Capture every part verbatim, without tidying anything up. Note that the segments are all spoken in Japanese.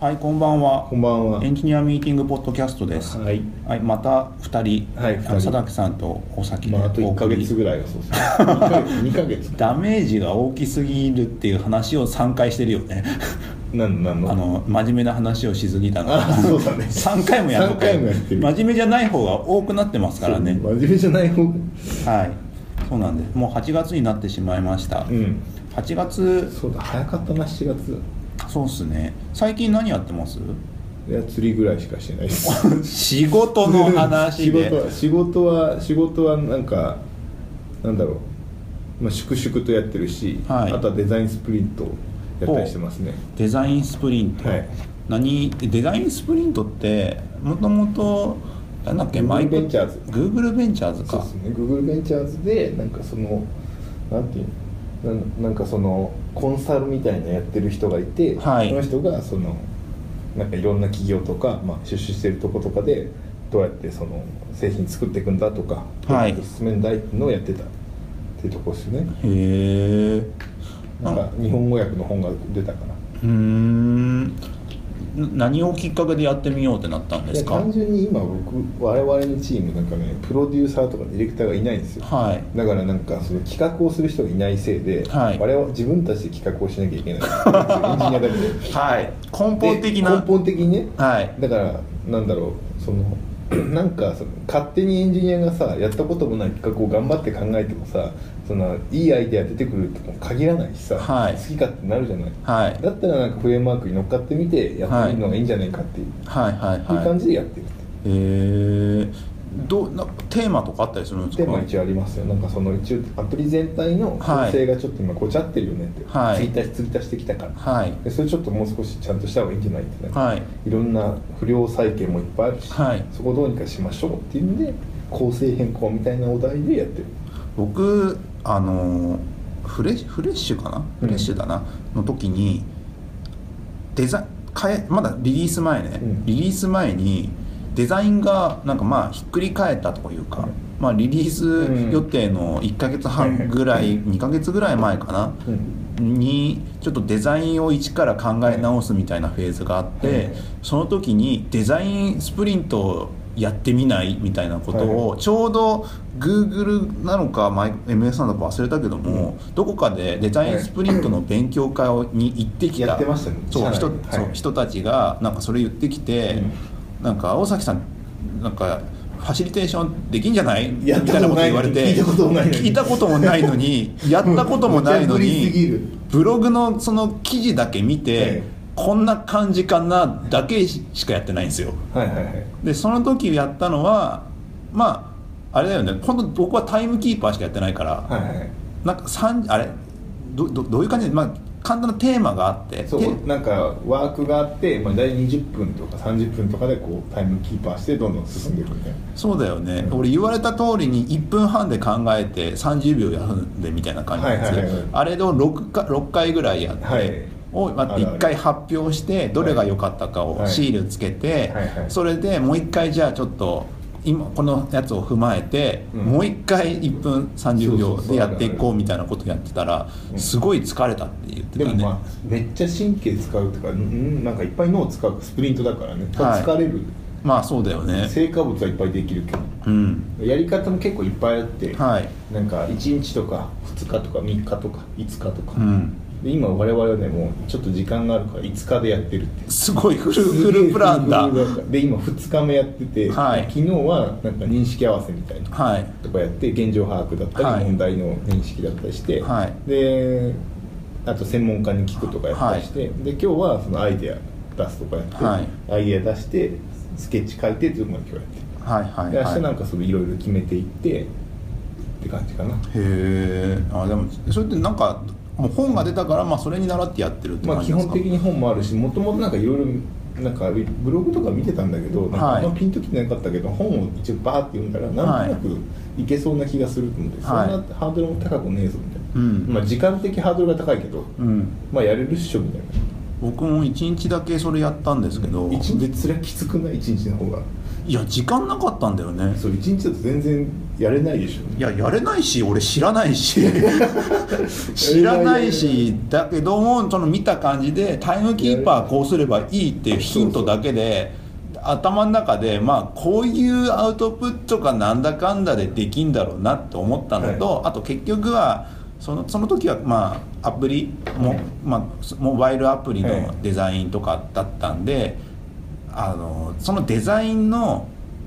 はい、こんばんは。 こんばんは。 エンジニアミーティングポッドキャストです。 はい。 はい、またふたり、 はい、ふたり佐竹さんと大崎で、 まあ、あといっかげつぐらいはそうですね。にかげつ。 ダメージが大きすぎるっていう話をさんかいしてるよね。 なんなんのあの真面目な話をしすぎたの。 あ、そうだね。 さんかいもやるのかよ。 さんかいもやってる。 真面目じゃない方が多くなってますからね。 真面目じゃない方が。 はい。そうなんです。もうはちがつになってしまいました。 うん。 はちがつ。 そうだ、早かったな、しちがつ。 そうっすね。最近何やってます？ いや、釣りぐらいしかしてないです。 仕事の話で。 仕事は仕事は仕事はなんかなんだろう、まあ、粛々とやってるし、はい、あとはデザインスプリントやったりしてますね。 デザインスプリント、はい、何デザインスプリントってもともとなんだっけ、 グーグルベンチャーズ、 グーグルベンチャーズか。 そうですね、グーグルベンチャーズでなんかそのなんていうの な, なんかそのコンサルみたいなやってる人がいて、はい、その人がそのなんかいろんな企業とか、まあ、出資してるとことかでどうやってその製品作っていくんだとか、はい、進めんだいっていうのをやってたっていうところですね。 へえ。 なんか日本語訳の本が出たから。 うーん。何をきっかけでやってみようってなったんですか？ 単純に今僕我々のチームなんかね、プロデューサーとかディレクターがいないんですよ、はい、だからなんかその企画をする人がいないせいで、はい、我々は自分たちで企画をしなきゃいけないエンジニアだけで、 はい、根本的な根本的にね、 はい、 だからなんだろう、そのなんかその勝手にエンジニアがさやったこともない企画を頑張って考えてもさ、そのいいアイデア出てくるとも限らないしさ、はい、好き勝手になるじゃない、はい、だったらなんかフレームワークに乗っかってみてやってみるのがいいんじゃないかっていう、はいはいはい、いう感じでやってるって。 へー。どなテーマとかあったりするんですか？ テーマ一応ありますよ。なんかその一応アプリ全体の構成がちょっと今ごちゃってるよねって、はい、継ぎ足し継ぎ足してきたから、はい、でそれちょっともう少しちゃんとした方がいいんじゃないってね、はい、いろんな不良債権もいっぱいあるし、はい、そこをどうにかしましょうっていうんで構成変更みたいなお題でやってる。 僕あのフレッフレッシュかな、フレッシュだな、うん、の時にデザ変えまだリリース前ね、うん、リリース前にデザインがなんかまあひっくり返ったというか、うん、まあリリース予定のいっかげつはんぐらい、うん、にかげつぐらい前かな、うん、にちょっとデザインを一から考え直すみたいなフェーズがあって、うん、その時にデザインスプリントをやってみないみたいなことをちょうど Google なのか エムエス なのか忘れたけども、うん、どこかでデザインスプリントの勉強会に行ってきた、 やってましたね、 そう人、はい、そう人たちがなんかそれ言ってきて、うん、なんか大崎さんなんかファシリテーションできんじゃないみたいなこと言われて、 聞いたこともないのに聞いたこともないのにやったこともないのにブログのその記事だけ見て、はい、こんな感じかなだけしかやってないんですよ、はいはいはい、でその時やったのはまああれだよね、本当僕はタイムキーパーしかやってないから、はいはい、なんかさんあれ ど, ど, どういう感じで、まあ簡単なテーマがあって、 そうなんかワークがあって、まあ、大体にじゅっぷんとかさんじゅっぷんとかでこうタイムキーパーしてどんどん進んでいくみたいな。 そうだよね、うん、俺言われた通りにいっぷんはんで考えてさんじゅうびょう休んでみたいな感じなんですよ、はいはいはい、あれを 6, かろっかいぐらいやって、はい、をまあいっかい発表してどれが良かったかをシールつけて、はいはいはい、それでもういっかいじゃあちょっと今このやつを踏まえて、うん、もう一回いっぷんさんじゅうびょうでやっていこうみたいなことやってたらすごい疲れたって言ってたね。 でもまあめっちゃ神経使うとか、うん、なんかいっぱい脳使うスプリントだからね、はい、疲れる。 まあそうだよね、 成果物はいっぱいできるけど、うん、やり方も結構いっぱいあって、はい、なんかいちにちとかふつかとかみっかとかいつかとか、うん、で今我々はねもうちょっと時間があるからいつかでやってるっていうすごいフルフルプランだ。 で今ふつかめやってて、はい、昨日はなんか認識合わせみたいなとかやって現状把握だったり、はい、問題の認識だったりして、はい、であと専門家に聞くとかやったりして、はい、で今日はそのアイデア出すとかやって、はい、アイデア出してスケッチ書いてずっと今日やって、はいはいはい、で明日なんかそれいろいろ決めていってって感じかな。へえ。あでもそれってなんかもう本が出たから、まあ、それに習ってやってるって感じですか？ まあ、基本的に本もあるし、もともとなんかいろいろなんかブログとか見てたんだけど、なんかあんまピンときてなかったけど、はい、本を一応バーって読んだらなんとなくいけそうな気がすると思って、はい、そんなハードルも高くねえぞみたいな、うん、まあ時間的ハードルが高いけど、うん、まあやれるっしょみたいな。 僕もいちにちだけそれやったんですけど、 いちにちそれはきつくない？いちにちの方がいや時間なかったんだよね。 そういちにちだと全然やれないでしょ。 いややれないし俺知らないし知らないしだけどもその見た感じでタイムキーパーこうすればいいっていうヒントだけで頭の中でまあこういうアウトプットがなんだかんだでできんだろうなって思ったのと、はい、あと結局はそのその時はまあアプリも、まあ、モバイルアプリのデザインとかだったんで、はい、あのそのデザインの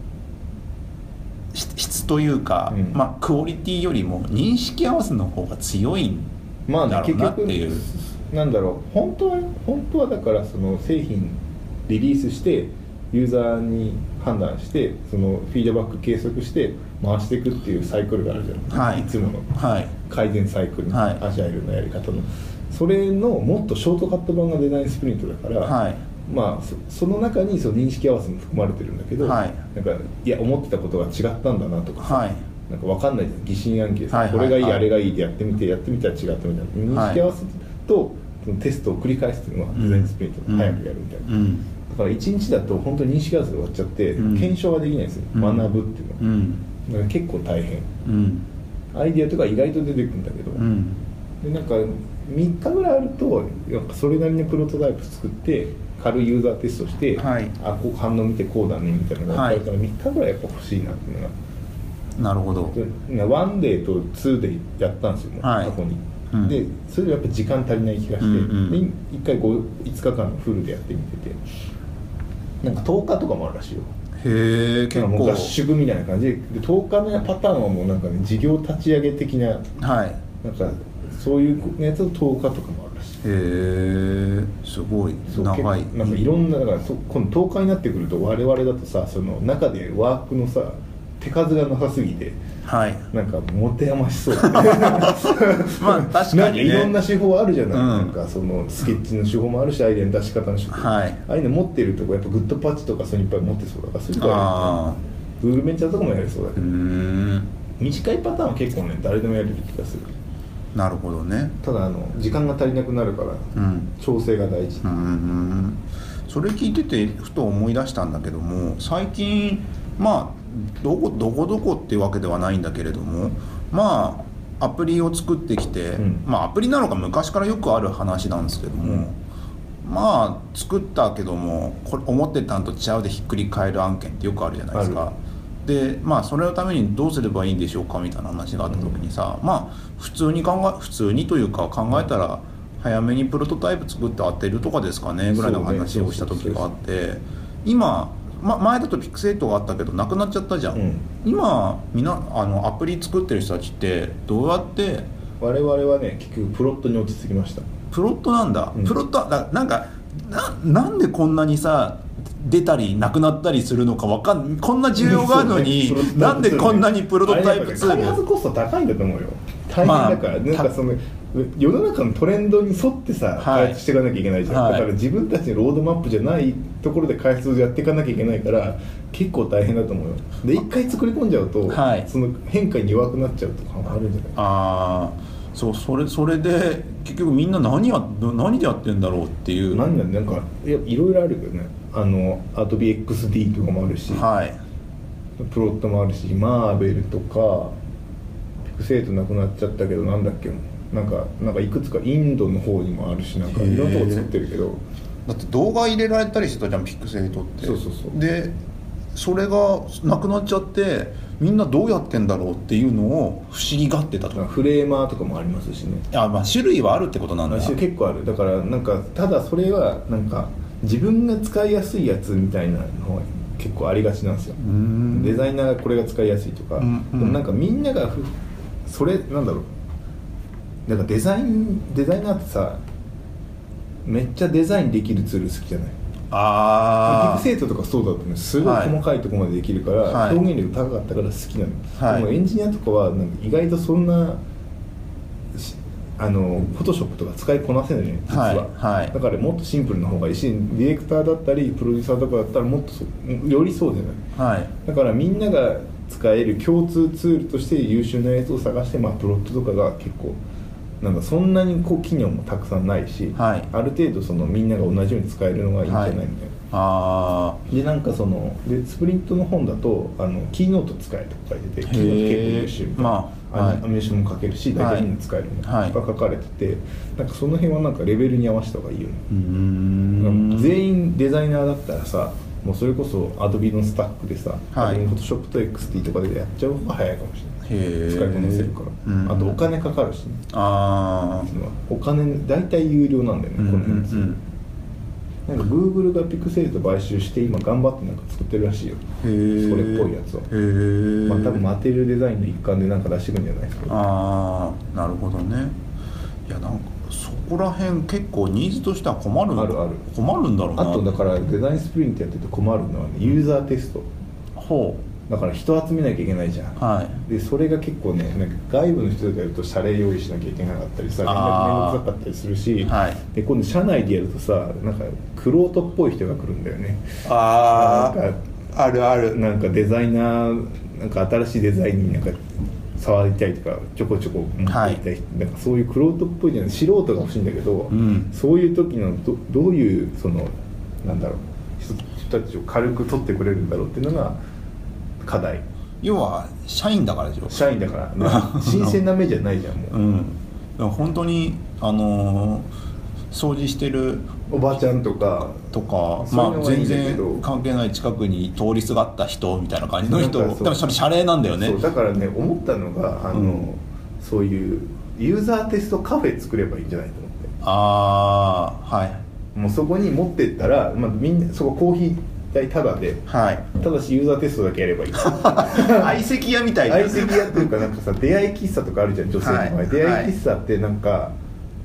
質というか、うんまあ、クオリティよりも認識合わせの方が強いんだろうなっていう、まあね、結局なんだろう本当は本当はだからその製品リリースしてユーザーに判断してそのフィードバック計測して回していくっていうサイクルがあるじゃん、はい、いつもの改善サイクル、はい、アジャイルのやり方のそれのもっとショートカット版がデザインスプリントだから、はいまあ、そ, その中にその認識合わせも含まれてるんだけど、はい、なんかいや思ってたことが違ったんだなとかさ、はい、なんか分かんない疑心暗鬼でさ、はいはいはい、これがいいあれがいいでやってみてやってみたら違ったみたいな認識合わせとそのテストを繰り返すっていうのがデザインスプリントで早くやるみたいな、うんうんだからいちにちだと本当に認識合わせで終わっちゃって、うん、検証ができないんですよ、うん、学ぶっていうのは、うん、だから結構大変、うん、アイディアとか意外と出てくるんだけど、うん、でなんかみっかぐらいあるとそれなりにプロトタイプ作って軽いユーザーテストして、はい、あこう反応見てこうだねみたいなのがあるから、はい、みっかぐらいやっぱ欲しいなっていうのがなるほどワンデーとツーデーやったんですよ、はい、過去に、うん、でそれでやっぱ時間足りない気がして、うんうん、でいっかいいつかかんのフルでやってみててなんかとおかとかもあるらしいよ。 へえ結構もう合宿みたいな感じ で, でとおかのパターンはもうなんかね事業立ち上げ的な、はい、なんかそういうやつをとおかとかもあるらしい。 へえすごい長いなんかいろんなだから今度とおかになってくると我々だとさその中でワークのさ手数がなさすぎて、はい、なんか持て余しそうまあ確かに、ね、 いろんな手法あるじゃない、うん、なんかそのスケッチの手法もあるしアイデアの出し方の手法、はい、ああいうの持ってるとこやっぱグッドパッチとかそういうのいっぱい持ってそうだからそういうのはグーグルベンチャーとかもやれそうだけどうん短いパターンは結構ね誰でもやれる気がする。 なるほどね。 ただあの時間が足りなくなるから、うん、調整が大事。うんうんそれ聞いててふと思い出したんだけども最近まあどこどこどこっていうわけではないんだけれどもまあアプリを作ってきて、うん、まあアプリなのか昔からよくある話なんですけども、うん、まあ作ったけどもこれ思ってたんと違うでひっくり返る案件ってよくあるじゃないですか。でまあそれのためにどうすればいいんでしょうかみたいな話があった時にさ、うん、まあ普通に考え普通にというか考えたら早めにプロトタイプ作って当てるとかですかねぐらいの話をした時があって今ま、前だとピクセイトがあったけどなくなっちゃったじゃん、うん、今みなあのアプリ作ってる人たちってどうやって我々はね結局プロットに落ち着きました。 プロットなんだ、うん、プロットだなんか な, なんでこんなにさ出たりなくなったりするのかわかんこんな需要があるのに、ね、なんでこんなにプロトタイプツール、 開発コスト高いんだと思うよ。大変だから、まあ、なんかその世の中のトレンドに沿ってさ、はい、開発していかなきゃいけないじゃん、はい、だから自分たちのロードマップじゃないところで開発をやっていかなきゃいけないから結構大変だと思うよ。で一回作り込んじゃうと、はい、その変化に弱くなっちゃうとかあるんじゃない。 ああそうそれそれで結局みんな何や何でやってんだろうっていう何なんなんかいやいろいろあるけどねあの Adobe エックスディー とかもあるし、はい、プロットもあるしマーベルとかピクセイトなくなっちゃったけどなんだっけなんかなんかいくつかインドの方にもあるしなんかいろんなとこ作ってるけどだって動画入れられたりしてたじゃんピクセイトって。 そうそうそうでそれがなくなっちゃってみんなどうやってんだろうっていうのを不思議がってたとかフレーマーとかもありますしね。 あ、まあ、種類はあるってことなんだ。 結構ある。だからなんかただそれはなんか自分が使いやすいやつみたいなのが結構ありがちなんですよ。うんデザイナーがこれが使いやすいとか、うんうん、でもなんかみんながそれなんだろうなんかデザインデザイナーってさめっちゃデザインできるツール好きじゃない。あピクセイトとかそうだとねすごい細かいところまでできるから、はい、表現力高かったから好きなの、はい、でもエンジニアとかはなんか意外とそんなあのフォトショップとか使いこなせないね実は、はいはい、だからもっとシンプルな方がいいしディレクターだったりプロデューサーとかだったらもっとそよりそうじゃない、はい、だからみんなが使える共通ツールとして優秀なやつを探して、まあ、プロットとかが結構なんかそんなにこう機能もたくさんないし、はい、ある程度そのみんなが同じように使えるのがいいんじゃないみたいな、はい、あでなんかそのでスプリントの本だとあのキーノート使えとか書いてて、キーノート結構優秀みたいな、まあはい、アニメーションも書けるし大体みんな使えるみたいな、はい、が書かれてて、なんかその辺はなんかレベルに合わせた方がいいよね。うーん、全員デザイナーだったらさ、もうそれこそ Adobe のスタックでさ、はい、Adobe Photoshop と エックスディー とかでやっちゃう方が早いかもしれない。使いこなせるから、うん、あとお金かかるしね。あお金大体有料なんだよね、うん、このやつ、うん、なんか Google が Pixel と買収して今頑張ってなんか作ってるらしいよ、それっぽいやつを。へ、まあ、多分マテリアルデザインの一環でなんか出してくるんじゃないですか。 ああ、なるほどね。いや、なんかそこら辺結構ニーズとしては困るあるある困るんだろうな。 あとだからデザインスプリントやってて困るのはね、ユーザーテスト。ほう。だから人集めなきゃいけないじゃん、はい、でそれが結構ね、なんか外部の人とかやると謝礼用意しなきゃいけなかったりさ、連絡面倒くさかったりするし、はい、で今度社内でやるとさ、なんか玄人っぽい人が来るんだよね。ああ、なんかあるある、なんかデザイナー、なんか新しいデザインになんか触りたいとかちょこちょこ持っていきたい、はい、なんかそういう玄人っぽいじゃない、素人が欲しいんだけど、うん、そういう時の ど, どういうそのなんだろう、人たちを軽く取ってくれるんだろうっていうのが課題。 要は社員だからでしょ。 社員だから、ね、新鮮な目じゃないじゃんもう、うん、 だから本当にあのー、掃除してるおばちゃんとかとか、まあ全然関係ない近くに通りすがった人みたいな感じの人、でもそれ謝礼なんだよね。 そうだからね、思ったのがあの、うん、そういうユーザーテストカフェ作ればいいんじゃないと思って。ああ、はい。もうそこに持ってったら、まあ、みんなそこコーヒーただで、はい、ただしユーザーテストだけやればいい。 相席屋みたいな。 相席屋っていうか、なんかさ、出会い喫茶とかあるじゃん、女性の場合、はい、出会い喫茶ってなんか、はい、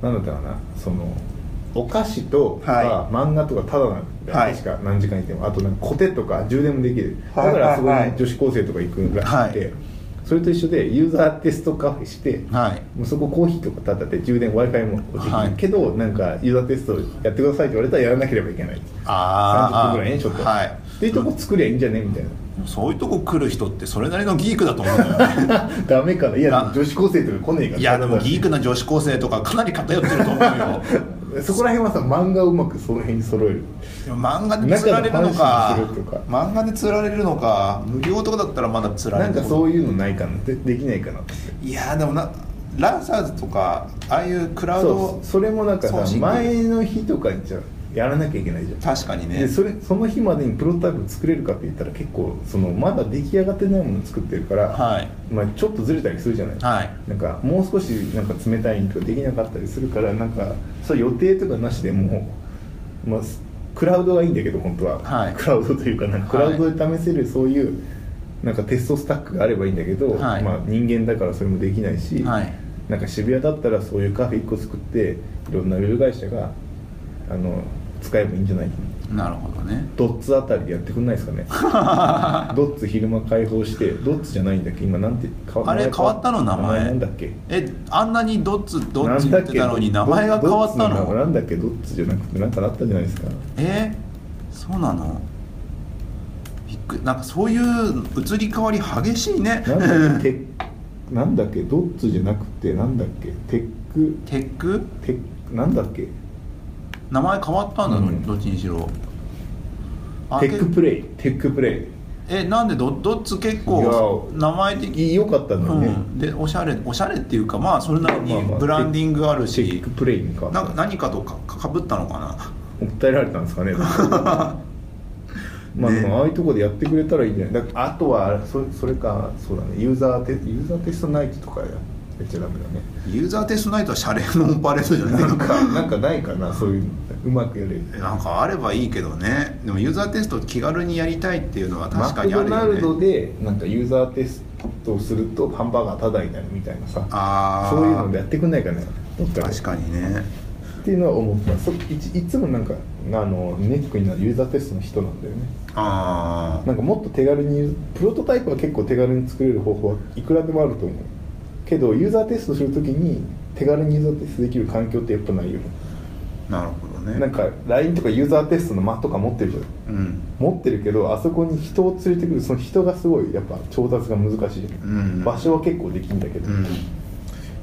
なんだったかな、そのお菓子とか、はい、漫画とかただなんで、はい、確か何時間いても、あとなんかコテとか充電もできる、はい、だからそこに女子高生とか行くらしくて、はい、それと一緒でユーザーテストカフェして、はい、もうそこコーヒーとかただで充電 Wi-Fi もできる、はい、けどなんかユーザーテストやってくださいって言われたらやらなければいけない。あさんじゅっぷんぐらいね、ちょっと、はい、っていうとこ作りゃいいんじゃねみたいな。 そういうとこ来る人ってそれなりのギークだと思うんだよね。 ダメかな。いや女子高生とか来ねえから。 いやでもギークな女子高生とかかなり偏ってると思うよ。 そこら辺はさ、漫画をうまくその辺に揃える。 でも漫画で釣られるのか、漫画で釣られるのか、無料とかだったらまだ釣られる。 なんかそういうのないかな、で, できないかなって。 いやでもな、ランサーズとかああいうクラウド、 そう、それもなんかさ、前の日とかにじゃやらなきゃいけないじゃん。 確かにね。 で そ, れその日までにプロトタイプ作れるかって言ったら結構そのまだ出来上がってないものを作ってるから、はい、まあ、ちょっとずれたりするじゃない、はい、なんかもう少しなんか冷たいとかできなかったりするから、なんかそういう予定とかなしでもう、まあ、クラウドがいいんだけど本当は、はい、クラウドというかなんかクラウドで試せるそういうなんかテストスタックがあればいいんだけど、はい、まあ、人間だからそれもできないし、はい、なんか渋谷だったらそういうカフェいっこ作っていろんなウェブ会社があの使えばいいんじゃないかな。なるほどね。 ドッツあたりでやってくんないですかね。ドッツ昼間開放して、ドッツじゃないんだっけ今なんてあれ変わったの名前なんだっけ。 えあんなにドッツドッツ言ってたのに名前が変わったの。 なんだっけドッツじゃなくてなんかなったじゃないですか。 えそうなの。びっくり。なんかそういう移り変わり激しいね。 なんだっけなんだっけドッツじゃなくてなんだっけテックテックテックなんだっけ名前変わったんだの、うん、どっちにしろ。 テックプレイテックプレイえなんで ド, ドッツ結構名前的良かったんだよね、うん、でおしゃれおしゃれっていうか、まあそれなりにブランディングあるし、まあまあ、 テックプレイにかなんか何かとかかぶったのかな。 訴えられたんですかね。まあ、ね、ああいうところでやってくれたらいいんじゃない。だあとは そ, それかそうだね、ユーザーテユーザーテストナイトとかやっちゃダメだね。 ユーザーテストナイトは謝礼のオンパレードじゃないのか。なんかないかな、そういううまくやれる。 なんかあればいいけどね。でもユーザーテスト気軽にやりたいっていうのは確かにあるよね。 マクドナルドでなんかユーザーテストをするとハンバーガータダになるみたいなさ、あそういうのでやってくんないかね。 確かにねっていうのは思った。そ い, いつもなんかあのネックになるユーザーテストの人なんだよね。あなんかもっと手軽にプロトタイプは結構手軽に作れる方法はいくらでもあると思うけど、ユーザーテストするときに手軽にユーザーテストできる環境ってやっぱないよね。 なるほどね。 なんか ライン とかユーザーテストの間とか持ってるじゃん、うん、持ってるけどあそこに人を連れてくるその人がすごいやっぱ調達が難しい、うん、場所は結構できるんだけど、うん、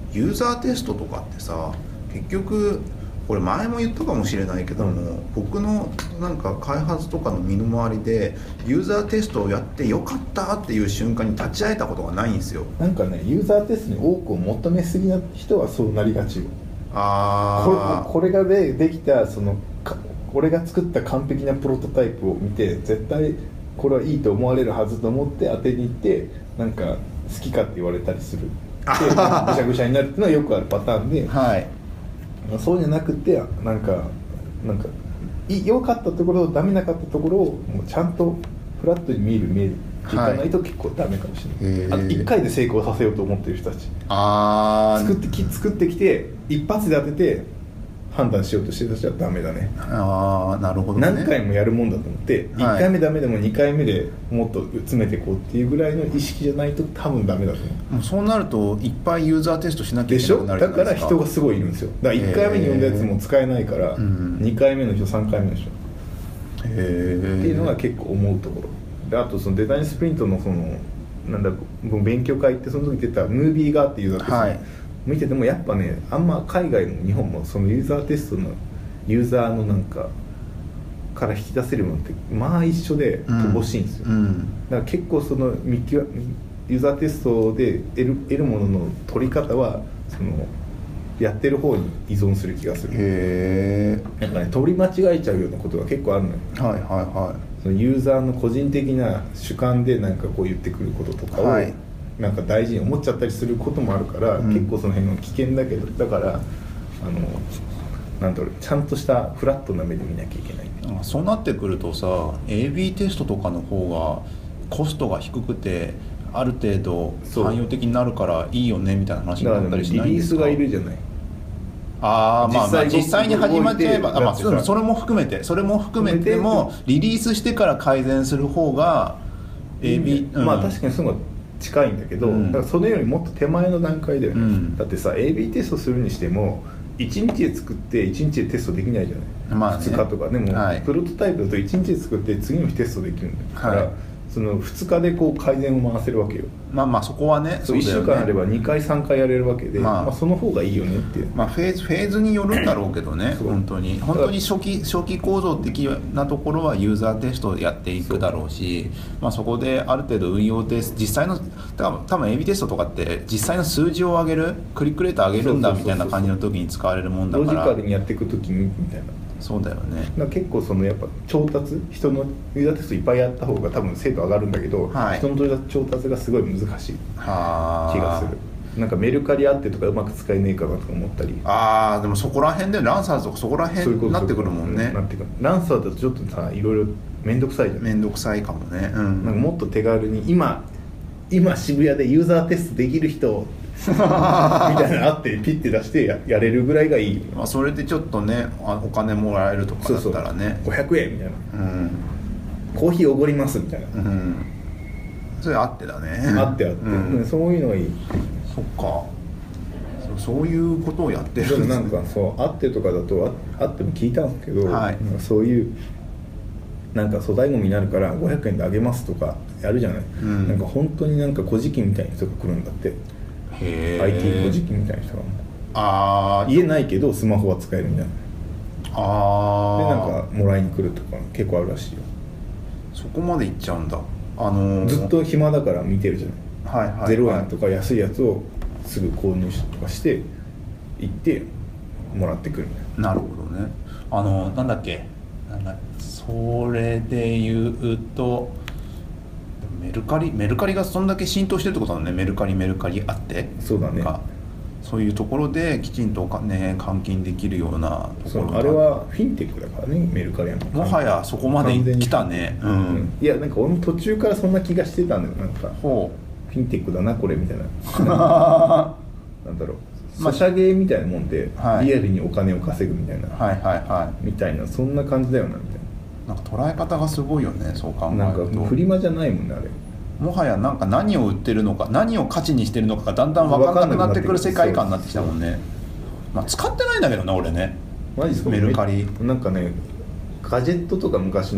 ユーザーテストとかってさ、結局これ前も言ったかもしれないけども、うん、僕のなんか開発とかの身の回りでユーザーテストをやってよかったっていう瞬間に立ち会えたことがないんですよ。 なんかね、ユーザーテストに多くを求めすぎな人はそうなりがちよ。あこれ、これがでできたその俺が作った完璧なプロトタイプを見て絶対これはいいと思われるはずと思って当てに行ってなんか好きかって言われたりするでぐしゃぐしゃになるっていうのはよくあるパターンで、はい、そうじゃなくてなんかなんか良かったところとダメなかったところをもうちゃんとフラットに見える見えるっていかないと結構ダメかもしれない、はい、あといっかいで成功させようと思ってる人たちあ作ってき作ってきて一発で当てて判断しようとしてる人たちはダメだね。 ああ、なるほどね。 何回もやるもんだと思って、はい、いっかいめダメでもにかいめでもっと詰めていこうっていうぐらいの意識じゃないと多分ダメだと思う。 もうそうなるといっぱいユーザーテストしなきゃいけなくなるじゃないですか。 でしょ。だから人がすごいいるんですよ。だからいっかいめに読んだやつも使えないから、うん、にかいめの人さんかいめの人へえっていうのが結構思うところで、あとそのデザインスプリントのそのなんだ勉強会ってその時出たムービーガーっていうユーザーテスト、はい、見ててもやっぱね、あんま海外も日本もそのユーザーテストのユーザーのなんかから引き出せるものってまあ一緒で乏しいんですよ、うんうん、だから結構その見極ユーザーテストで得る、得るものの取り方はそのやってる方に依存する気がする。へえ。なんかね、取り間違えちゃうようなことが結構あるのよ。はいはいはい。そのユーザーの個人的な主観でなんかこう言ってくることとかを、はい、なんか大事に思っちゃったりすることもあるから、うん、結構その辺は危険だけど、だからあのなんだろう、ちゃんとしたフラットな目で見なきゃいけない。 そうなってくるとさ、 エービー テストとかの方がコストが低くてある程度汎用的になるからいいよねみたいな話になったりしないんですか。 リリースがいるじゃない。 あまあ、まあ実際に始まっちゃえば、あ、まあ、それも含めてそれも含めてもリリースしてから改善する方が エービー、 うん、まあ確かにその近いんだけど、うん、だからそれよりもっと手前の段階だよね、うん、だってさ エービー テストするにしてもいちにちで作っていちにちでテストできないじゃない、まあね、ふつかとかでも、はい、プロトタイプだといちにちで作って次の日テストできるんだから、はい、そのふつかでこう改善を回せるわけよ。 まあまあそこはね、 そういっしゅうかんあればにかいさんかいやれるわけで、まあまあ、その方がいいよねっていう、 まあ、フェーズフェーズによるんだろうけどね本当に本当に初期初期構造的なところはユーザーテストをやっていくだろうし、そ,、まあ、そこである程度運用テスト実際の多分多分 エービー テストとかって実際の数字を上げるクリックレート上げるんだみたいな感じの時に使われるもんだから、 ロジカルにやっていく時にみたいな。 そうだよね。 だから結構そのやっぱ調達人のユーザーテストいっぱいやった方が多分精度上がるんだけど、はい、人の調達がすごい難しい気がする。なんかメルカリあってとかうまく使えねえかなとか思ったり。 ああでもそこら辺でランサーズとかそこら辺になってくるもんね。 なってくる。ランサーだとちょっとさいろいろ面倒くさいじゃん。 面倒くさいかもね、うん、 なんかもっと手軽に今今渋谷でユーザーテストできる人みたいなのあってピッて出して や, やれるぐらいがいい、 まあ、それでちょっとねお金もらえるとかだったらね、そうそうごひゃくえんみたいな、うん、コーヒーおごりますみたいな、うん、 それあってだねあってあって、うん、そういうのがいい。 そっか そ, そういうことをやってるんですね。 でもなんかそうあってとかだと あ, あっても聞いたんですけど、はい、そういうなんか粗大ゴミになるからごひゃくえんであげますとかやるじゃない、うん、なんか本当になんか小じきみたいな人が来るんだって。へ アイティー 小じきみたいな人があ家ないけどスマホは使えるみたいなあでなんかもらいに来るとか結構あるらしいよ。 そこまでいっちゃうんだ。あのー、 ずっと暇だから見てるじゃない、はいはいはい、ゼロえんとか安いやつをすぐ購入とかして行ってもらってくるみたいな。なるほどね。あのー、なんだっけなんだそれで言うとメルカリメルカリがそんだけ浸透してるってことなのね。メルカリメルカリあってそうだね。 そういうところできちんとお金換金できるようなところ。 あれはフィンテックだからねメルカリは。 もはやそこまで来たね、うんうん、 いやなんか俺も途中からそんな気がしてたんだよ。なんかほうフィンテックだなこれみたいななんだろうソシャゲみたいなもんで、はい、リアルにお金を稼ぐみたいな、はいはいはい、みたいなそんな感じだよなみたいな。 なんか捉え方がすごいよねそう考えると。 なんかフリマじゃないもんねあれ。 もはやなんか何を売ってるのか何を価値にしてるのかがだんだん分からなくなってくる世界観になってきたもんね。まあ、使ってないんだけどな俺ね。 マジですか。 メルカリなんかねガジェットとか昔の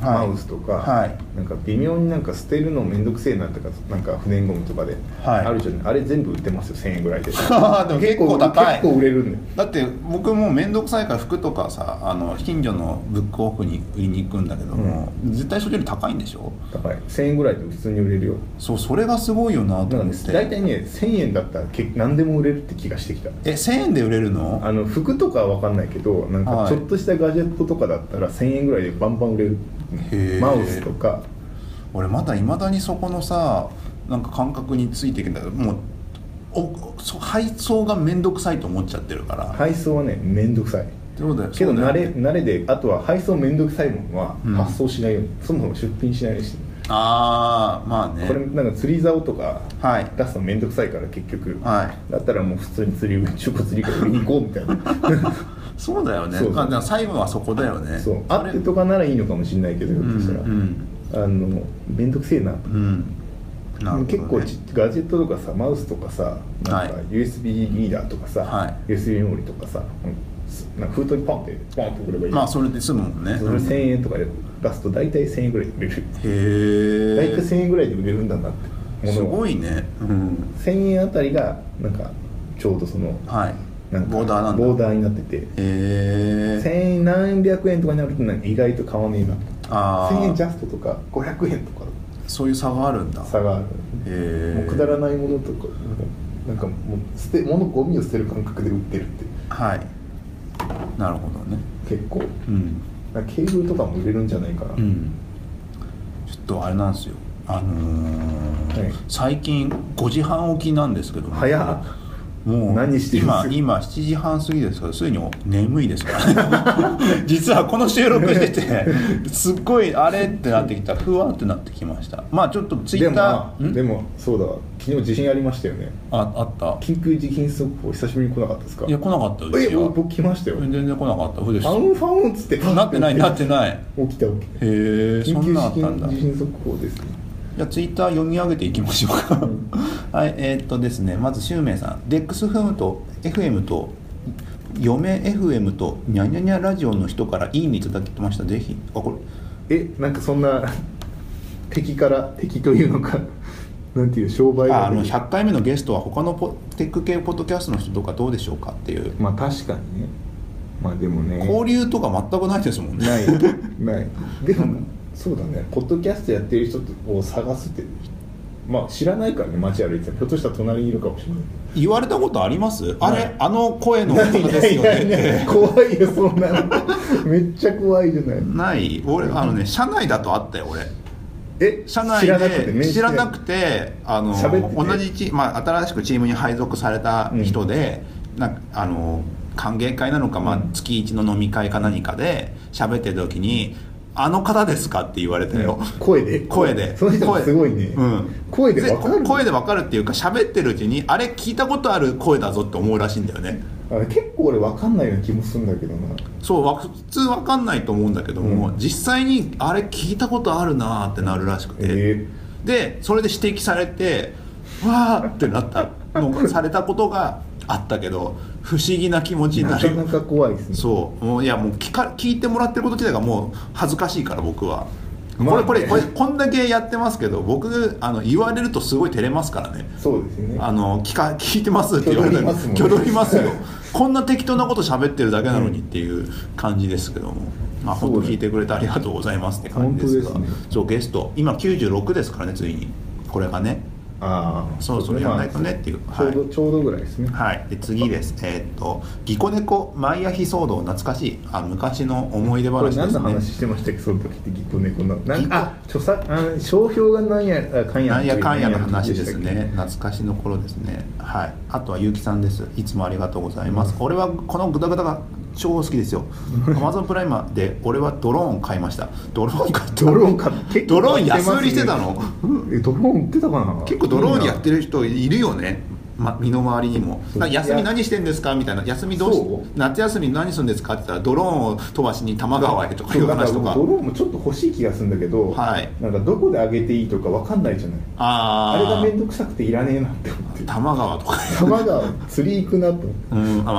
マウスとか、はい、なんか微妙になんか捨てるのめんどくせえなとか、なんか不燃ゴムとかであるじゃない、はい、あれ全部売ってますよ、せんえんぐらいででも結構高い、 結構売れるんで、 だって僕もめんどくさいから服とかさ、あの近所のブックオフに売りに行くんだけども、うん、絶対それより高いんでしょ。 高い、せんえんぐらいで普通に売れるよ。 そう、それがすごいよなと思って。 大体ねせんえんだったら何でも売れるって気がしてきた。 え、せんえんで売れるの？ あの服とかは分かんないけど、なんかちょっとしたガジェットとかだったらせんえんぐらいでバンバン売れる。マウスとか。 俺まだいまだにそこのさ、なんか感覚についていけんだけど、もうお配送がめんどくさいと思っちゃってるから。 配送はねめんどくさい。 そうだよ。 けど慣れ慣れで、あとは配送めんどくさいものは発送しないように、うん、そもそも出品しないようにしてる。 ああ、まあね。 これなんか釣り竿とか出すのめんどくさいから結局、はい、だったらもう普通に釣り中古釣りから売りに行こうみたいな。 そうだよね。そうそう、あ、最後はそこだよね。 そう、あってとかならいいのかもしれないけど、ひょっとしたら、うんうん、あのめんどくせえなと、うん、なるほどね。結構ガジェットとかさ、マウスとかさ、なんか ユーエスビー リーダーとかさ、はい、ユーエスビー メモリとかさ、なんか封筒にポンってポンって送ればいい。 まあそれで済むもんね。 それせんえんとかで出すと大体せんえんぐらいで売れる。 へえ。 大体せんえんぐらいで売れるんだなってものは。 すごいね。うん、 せんえんあたりがなんかちょうどその、はい、なんかボーダーなんだ。 ボーダーになってて、へせんえん何百円とかになるとなんか意外と買わねえな。あ、せんえんジャストとかごひゃくえんとかそういう差があるんだ。 差がある。へえ。もうくだらないものとかなんかもう捨て物ゴミを捨てる感覚で売ってるって。はい。 なるほどね。 結構、うん、ケーブルとかも売れるんじゃないかな、うん、 ちょっとあれなんですよ、あのーはい、最近ごじはん起きなんですけども、 早っ。 もう何してるんですか？ 今今しちじはん過ぎですけど、すでに眠いですからね。実はこの収録しててすっごいあれってなってきた、ふわってなってきました。まあちょっとツイッターでも、でもそうだ、昨日地震ありましたよね。 あ、あった。 緊急地震速報久しぶりに来なかったですか？ いや来なかった。 え、僕来ましたよ。 全然来なかった。ふでしファンファンっつってなってないなってない。 起きた起きた。へえ、そんなあったんだ。 緊急地震速報ですね。 じゃあツイッター読み上げていきましょうか。はい、えー、っとですね、まずシュウメイさん、デックスフムと エフエム と嫁 エフエム とニャニャニャラジオの人からいいねいただきました。ぜひ。あ、これえ、なんかそんな敵から敵というのかなんていう商売ああのひゃっかいめのゲストは他のポテック系ポッドキャストの人とかどうでしょうかっていう。 まあ確かにね。まあでもね、 交流とか全くないですもんね。 ないないでもそうだね、ポッドキャストやってる人を探すって、まあ知らないからね、街歩いてひょっとしたら隣にいるかもしれない。 言われたことあります？あれ、あの声のことですよねって。 怖いよそんなの。めっちゃ怖いじゃない。 ない。俺あのね、社内だとあったよ俺。 え、 社内で知らなくて、あの同じチ、まあ、新しくチームに配属された人で、うん、なんかあの歓迎会なのか、まあ、月一の飲み会か何かで喋ってる時に、あの方ですかって言われたよ、うん、 声で声でその人すごいね、うん、声で分かる声で分かるっていうか、喋ってるうちにあれ聞いたことある声だぞって思うらしいんだよね。 あれ結構俺分かんないような気もするんだけどな。 そう普通分かんないと思うんだけども、うん、実際にあれ聞いたことあるなってなるらしくて、えー、でそれで指摘されてわーってなったのされたことがあったけど、不思議な気持ちになる。 なかなか怖いですね。 そうもういやもう聞か聞いてもらってること自体がもう恥ずかしいから僕は、まあね、これこれこれこんだけやってますけど、僕あの言われるとすごい照れますからね。 そうですね。 あの聞か聞いてますって言われたら挙動りますよ。こんな適当なこと喋ってるだけなのにっていう感じですけども、まあ、本当聞いてくれてありがとうございますって感じですが、 本当ですね。 そうゲスト今きゅうじゅうろくですからね、ついにこれがね。ああ、そうそうやらないとねっていう、 ちょうど、はい、ちょうどぐらいですね。 はい。で次です。えー、っとギコネコマイヤヒ騒動、懐かしい、あ昔の思い出話ですね。 これ何の話してましたっけ、その時って。ギコネコのなんかあ著作あ商標がなんやかんやなんやかんやの話ですね。懐かしの頃ですね。はい。あとは結城さんです。いつもありがとうございます。うん、俺はこのグダグダが超好きですよ。Amazon プライマーで俺はドローン買いました。ドローン買った。 ドローン買って、 ドローン安売りしてたの？ え、ドローン売ってたかな？ 結構ドローンやってる人いるよね。ま、身の回りにも。休み何してんですかみたいな。休みどうし夏休み何するんですかって言ったら、ドローンを飛ばしに多摩川へとかいう話とか。 ドローンもちょっと欲しい気がするんだけど、はい、なんかどこで上げていいとか分かんないじゃない。ああれが面倒くさくていらねえなって思って。 多摩川とか。 多摩川釣り行くなと思って。 うん、あ、まあ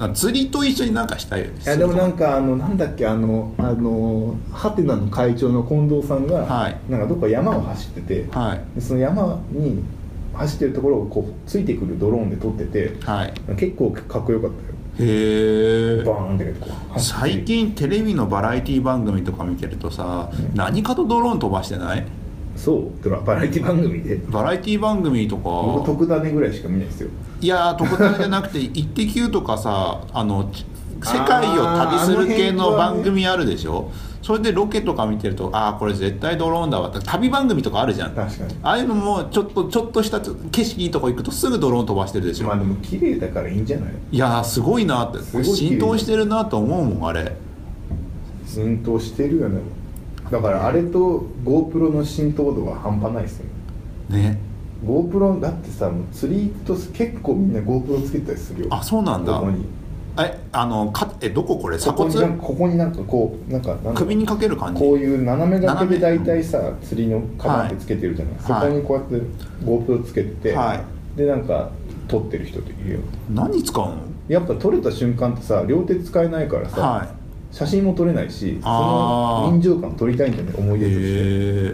釣りと一緒になんかしたいよね。 いやでもなんかあのなんだっけあのあのハテナの会長の近藤さんが、はい、なんかどっか山を走ってて、はい、でその山に走ってるところをこうついてくるドローンで撮ってて、はい、結構かっこよかったよ。 へえ。 バーンってこう最近テレビのバラエティ番組とか見てるとさ、うん、何かとドローン飛ばしてない？ そうバラエティ番組でバラエティ番組とか僕特ダネぐらいしか見ないですよ。 いや特ダネじゃなくてイッテ Q とかさあの世界を旅する系の番組あるでしょ、ね、それでロケとか見てるとああこれ絶対ドローンだわって旅番組とかあるじゃん。 確かにああいうのもちょっとちょっとした景色いいとこ行くとすぐドローン飛ばしてるでしょ。 まあでも綺麗だからいいんじゃない？ いやすごいなって浸透してるなと思うもんあれ。 浸透してるよね。だからあれと GoPro の浸透度は半端ないですよね。 GoPro だってさもう釣りと結構みんな GoPro つけたりするよ。 あそうなんだ。ここにえあのかえどここれ鎖骨ここにここになんかこうなんかなんか首にかける感じこういう斜め掛けで大体さ釣りのカバンってつけてるじゃない、はい、そこにこうやって GoPro つけてて、はい、でなんか撮ってる人っているよ。 何使うの？やっぱ撮れた瞬間ってさ両手使えないからさ、はい、写真も撮れないしその臨場感撮りたいんじゃない思い出として。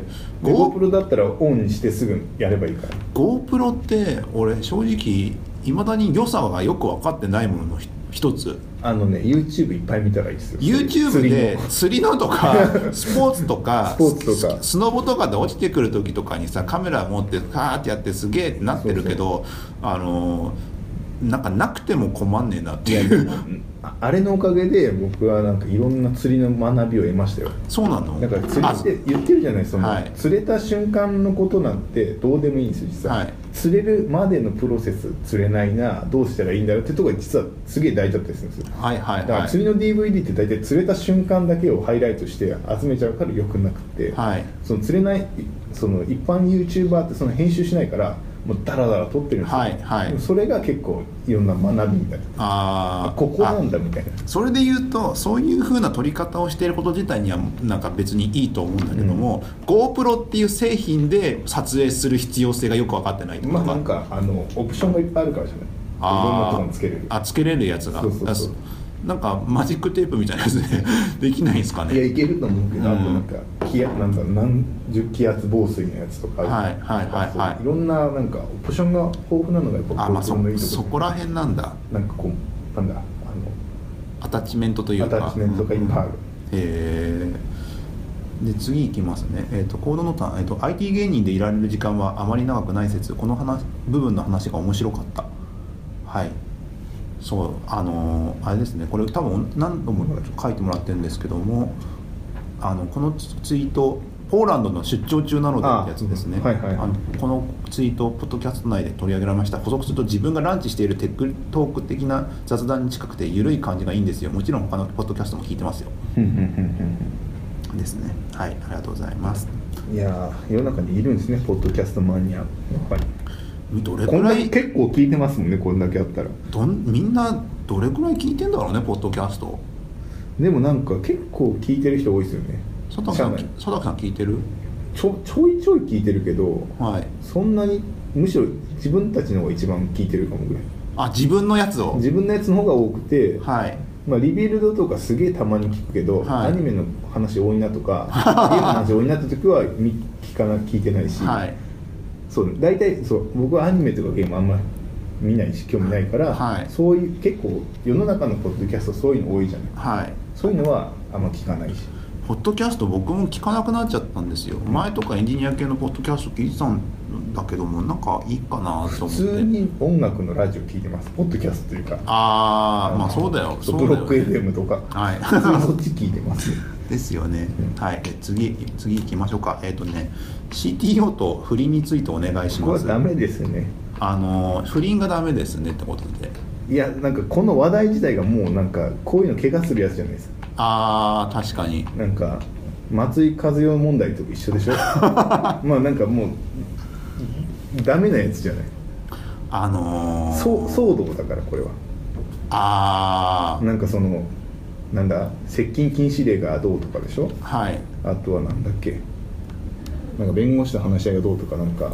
で GoPro だったらオンにしてすぐやればいいから。 GoPro って俺正直いまだに良さがよく分かってないものの一つ。 あのね YouTube いっぱい見たらいいですよ。 YouTube で釣りのとかスポーツとかスポーツとかスノボとかで落ちてくる時とかにさカメラ持ってカーってやってすげえってなってるけど、そうそうあのなんかなくても困んねえなっていう。 あれのおかげで僕はなんかいろんな釣りの学びを得ましたよ。 そうなの？ だから釣りって言ってるじゃないですか、はい、釣れた瞬間のことなんてどうでもいいんですよ実は、はい、釣れるまでのプロセス釣れないなどうしたらいいんだよってところが実はすげえ大事だったりするんですよ、はいはいはい、だから釣りの ディーブイディー って大体釣れた瞬間だけをハイライトして集めちゃうからよくなくて、はい、その釣れないその一般 YouTuber ってその編集しないからもうダラダラ撮ってるんですよ、はいはい、それが結構いろんな学びみたいな。あここなんだみたいな。 それで言うとそういう風な撮り方をしていること自体にはなんか別にいいと思うんだけども、うん、GoPro っていう製品で撮影する必要性がよく分かってないとか、 まあなんかあのオプションがいっぱいあるからじゃない。いろんなところにつけれる。 あつけれるやつが。 そうそうそう。 なんかマジックテープみたいなやつでできないんですかね。 いやいけると思うけど、うん、あとなんか気圧なんだ何十気圧防水のやつとか、 はいはいはいはい、 いろんななんかオプションが豊富なのがやっぱ GoPro のいいところ。そこら辺なんだ。 なんかこうなんだあのアタッチメントというかアタッチメントがいっぱいある。 へ、うん、えー、で次いきますね。えっ、ー、とコードノータン、えっ、ー、と アイティー 芸人でいられる時間はあまり長くない説。この話部分の話が面白かった。はい。そうあのー、あれですねこれ多分何度も書いてもらってるんですけどもあのこのツイートポーランドの出張中なのでってやつですね。このツイートポッドキャスト内で取り上げられました。補足すると自分がランチしているテックトーク的な雑談に近くて緩い感じがいいんですよ。もちろん他のポッドキャストも聞いてますよですね。はいありがとうございます。 いや世の中にいるんですねポッドキャストマニアやっぱり。 どれくらい結構聞いてますもんねこんだけあったら。 どんみんなどれくらい聞いてんだろうねポッドキャスト。 でもなんか結構聞いてる人多いですよね。 佐竹さん佐竹さん聞いてる？ ちょちょいちょい聞いてるけど、はい、そんなにむしろ自分たちの方が一番聞いてるかもぐらい。 あ自分のやつを自分のやつの方が多くて、はいまあ、リビルドとかすげえたまに聞くけど、はい、アニメの話多いなとかゲームの話多いなって時は聞かな聞いてないし、はいそう大体そう僕はアニメとかゲームあんまり見ないし興味ないから、はい、そういう結構世の中のポッドキャストそういうの多いじゃない、はい、そういうのはあんま聞かないし。 ポッドキャスト僕も聞かなくなっちゃったんですよ、うん、前とかエンジニア系のポッドキャスト聞いてたんだけどもなんかいいかなと思って。 普通に音楽のラジオ聞いてますポッドキャストというか。 ああまあそうだよそうだよ、ね、ブロック エフエム とか、はい、そっち聞いてますですよね、うん、はいえ次次行きましょうか。えっ、ー、とね シーティーオー と不倫についてお願いします。 これはダメですね。 あの不倫がダメですねってことで。 いやなんかこの話題自体がもうなんかこういうの怪我するやつじゃないですか。 あー確かになんか松井和代問題と一緒でしょまあなんかもうダメなやつじゃない。あのー、そ騒動だからこれは。ああなんかそのなんだ接近禁止令がどうとかでしょ。はいあとはなんだっけなんか弁護士と話し合いがどうとかなんか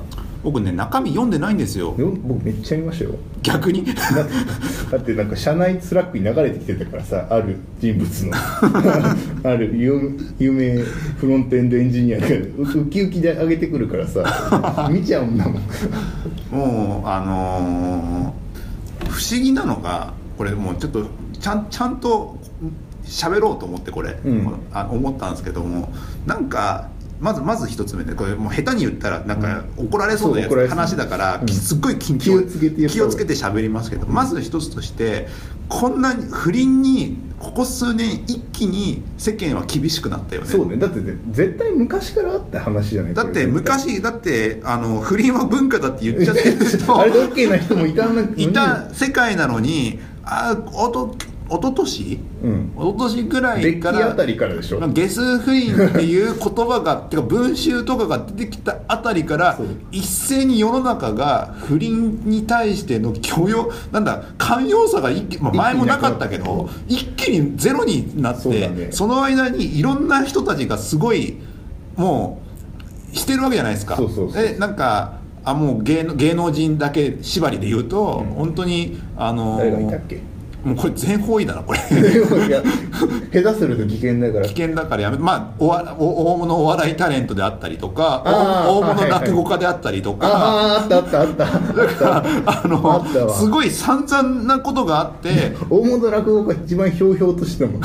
僕ね中身読んでないんですよ。 僕めっちゃ見ましたよ逆に。 だってなんか社内スラックに流れてきてたからさ、ある人物のある有名フロントエンドエンジニアがウキウキで上げてくるからさ見ちゃうんだもん。 もうあのー、不思議なのがこれもうちょっとちゃんちゃんと喋ろうと思ってこれ、うん、あ思ったんですけども、なんかまずまず一つ目でこれもう下手に言ったらなんか怒られそうなやつ、うん、話だから、うん、すっごい緊張気をつけて気をつけて喋りますけど、まず一つとしてこんなに不倫にここ数年一気に世間は厳しくなったよね。 そうね、だってね絶対昔からあった話じゃない。 だって昔だってあの不倫は文化だって言っちゃってる人あれで OK な人もいたんだいた世界なのに、あおと一昨年、うん、一昨年ぐらいからあたりからでしょ、 ゲス不倫っていう言葉がてか文集とかが出てきたあたりから一斉に世の中が不倫に対しての許容なんだ寛容さが一気、まあ、前もなかったけど一気にゼロになって そ,、ね、その間にいろんな人たちがすごいもうしてるわけじゃないですか。 そうそうそう。 でなんかあもう 芸, 芸能人だけ縛りで言うと、うん、本当にあの誰がいたっけ。 もうこれ全方位だなこれ。 いや下手すると危険だから危険だからやめ、まあ、おわお大物お笑いタレントであったりとか大物落語家であったりとか、 ああったあったあっただからあのあったすごい散々なことがあって大物落語家一番ひょうひょうとしてたもん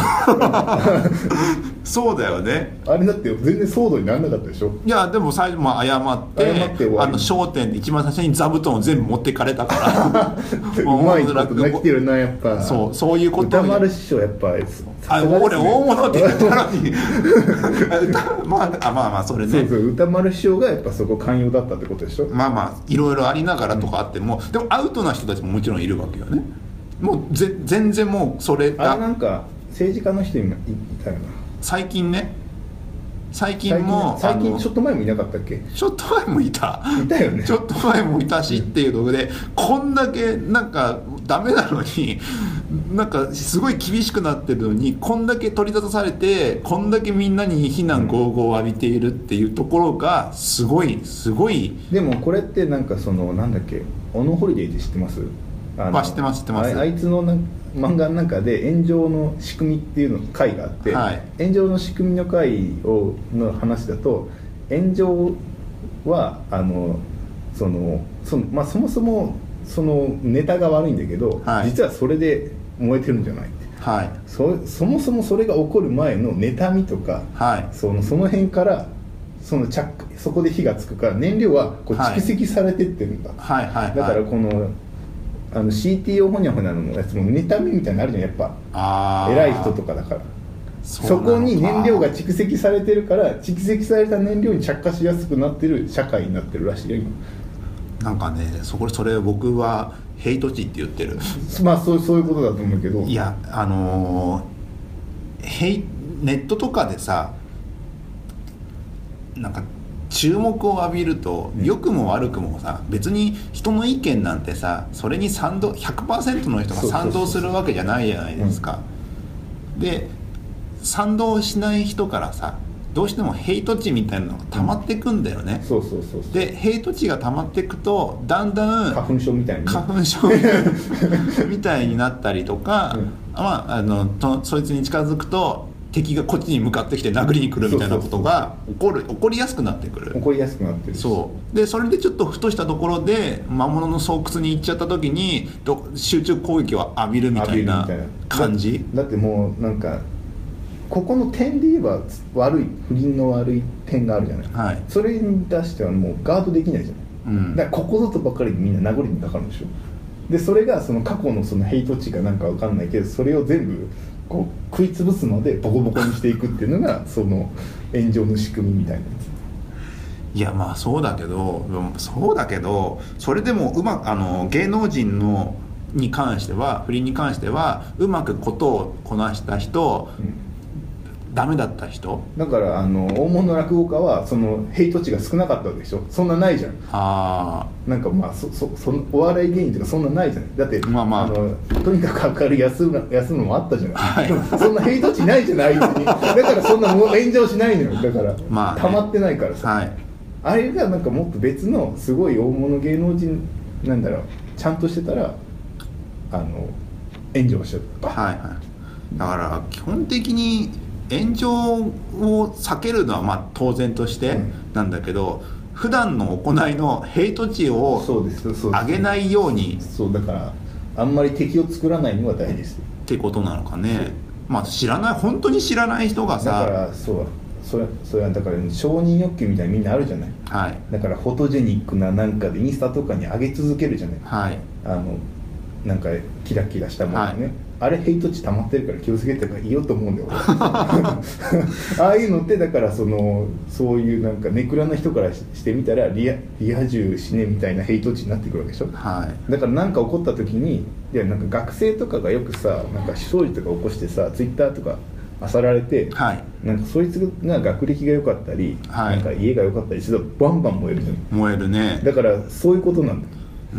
そうだよね。 あれだって全然騒動にならなかったでしょ。 いやでも最初、まあ、謝って謝ってあの笑点で一番最初に座布団を全部持ってかれたからうまいことできてるなやっぱ。 そうそういうこと。 歌丸師匠やっぱあ俺大物って言ったのにまああまあまあそれね。 そうそう歌丸師匠がやっぱそこ寛容だったってことでしょ。 まあまあいろいろありながらとかあっても、うん、でもアウトな人たちももちろんいるわけよね。もうぜ全然もうそれあれなんか政治家の人いたよな最近ね。最近も最近ちょっと前もいなかったっけ。 ちょっと前もいたいたよね。 ちょっと前もいたしっていうのでこんだけなんかダメなのになんかすごい厳しくなってるのにこんだけ取り沙汰されてこんだけみんなに非難合々を浴びているっていうところがすごいすごい。 でもこれってなんかそのなんだっけオノホリデーって知ってます？ あのあ知ってます知ってます。 あ, あいつのなん漫画の中で炎上の仕組みっていうの回があって、はい、炎上の仕組みの回をの話だと炎上はあのそのその、まあ、そもそもそのネタが悪いんだけど、はい、実はそれで燃えてるんじゃないって、はい、そ, そもそもそれが起こる前の妬みとか、はい、そのその辺からその着そこで火がつくから燃料はこう蓄積されてってるんだ、はいはいはいはい、だからこのあの シーティーオー ホニャホニャのやつも妬みみたいになるじゃんやっぱあ偉い人とかだから そ, そこに燃料が蓄積されてるから蓄積された燃料に着火しやすくなってる社会になってるらしいよ今。 なんかねそこそれ僕はヘイト値って言ってるまあそう、そういうことだと思うけどいやあのー、ヘイネットとかでさなんか注目を浴びると良くも悪くもさ別に人の意見なんてさそれに賛同 ひゃくパーセント の人が賛同するわけじゃないじゃないですか。で賛同しない人からさどうしてもヘイト値みたいなのが溜まっていくんだよね、 うん、そうそうそうそうでヘイト値が溜まっていくとだんだん花粉症みたいに、ね、 花粉症みたいになったりとか、うんまあ、あのとそいつに近づくと敵がこっちに向かってきて殴りに来るみたいなことが起こる起こりやすくなってくる起こりやすくなってるそうでそれでちょっとふとしたところで魔物の巣窟に行っちゃった時に集中攻撃を浴びるみたいな感じだ, だってもうなんかここの点で言えば悪い不倫の悪い点があるじゃない、はい、それに出してはもうガードできないじゃない、うん、だからここぞとばっかりにみんな殴りにかかるんでしょ。でそれがその過去のそのヘイト値がなんか分かんないけどそれを全部こう食い潰すのでボコボコにしていくっていうのがその炎上の仕組みみたいなやつ。いやまあそうだけどそうだけどそれでもうまくあの芸能人のに関しては不倫に関してはうまくことをこなした人、うんダメだった人だからあの大物落語家はそのヘイト値が少なかったわけでしょ。そんなないじゃん。あなんかまあそそそのお笑い芸人とかそんなないじゃない。だって、まあまあ、あのとにかく明るい安む安むのもあったじゃない、はい、そんなヘイト値ないじゃないだからそんなもう炎上しないのよ。だから、まあね、溜まってないからさ、はい、 あれがなんかもっと別のすごい大物芸能人なんだろうちゃんとしてたらあの炎上しちゃった。 はいはい。だから基本的に炎上を避けるのはまあ当然としてなんだけど、うん、普段の行いのヘイト値を上げないように、 そうだからあんまり敵を作らないのが大事ですってことなのかね。まあ知らない本当に知らない人がさ、 だからそうそれそれはだから承認欲求みたいにみんなあるじゃない、 はい、 だからフォトジェニックななんかでインスタとかに上げ続けるじゃない、 はい、 あのなんかキラキラしたものね、はい、あれヘイト値溜まってるから気をつけてから言おうと思うんだよああいうのってだからそのそういうなんかネクラな人からしてみたらリアリア充死ねみたいなヘイト値になってくるわけでしょ、はい、だから何か起こった時にいやなんか学生とかがよくさなんか不祥事とか起こしてさツイッターとか漁られて、はい、なんかそいつが学歴が良かったり、はい、なんか家が良かったりするとバンバン燃えるじゃん。 燃えるね。 だからそういうことなんだよ。 うん、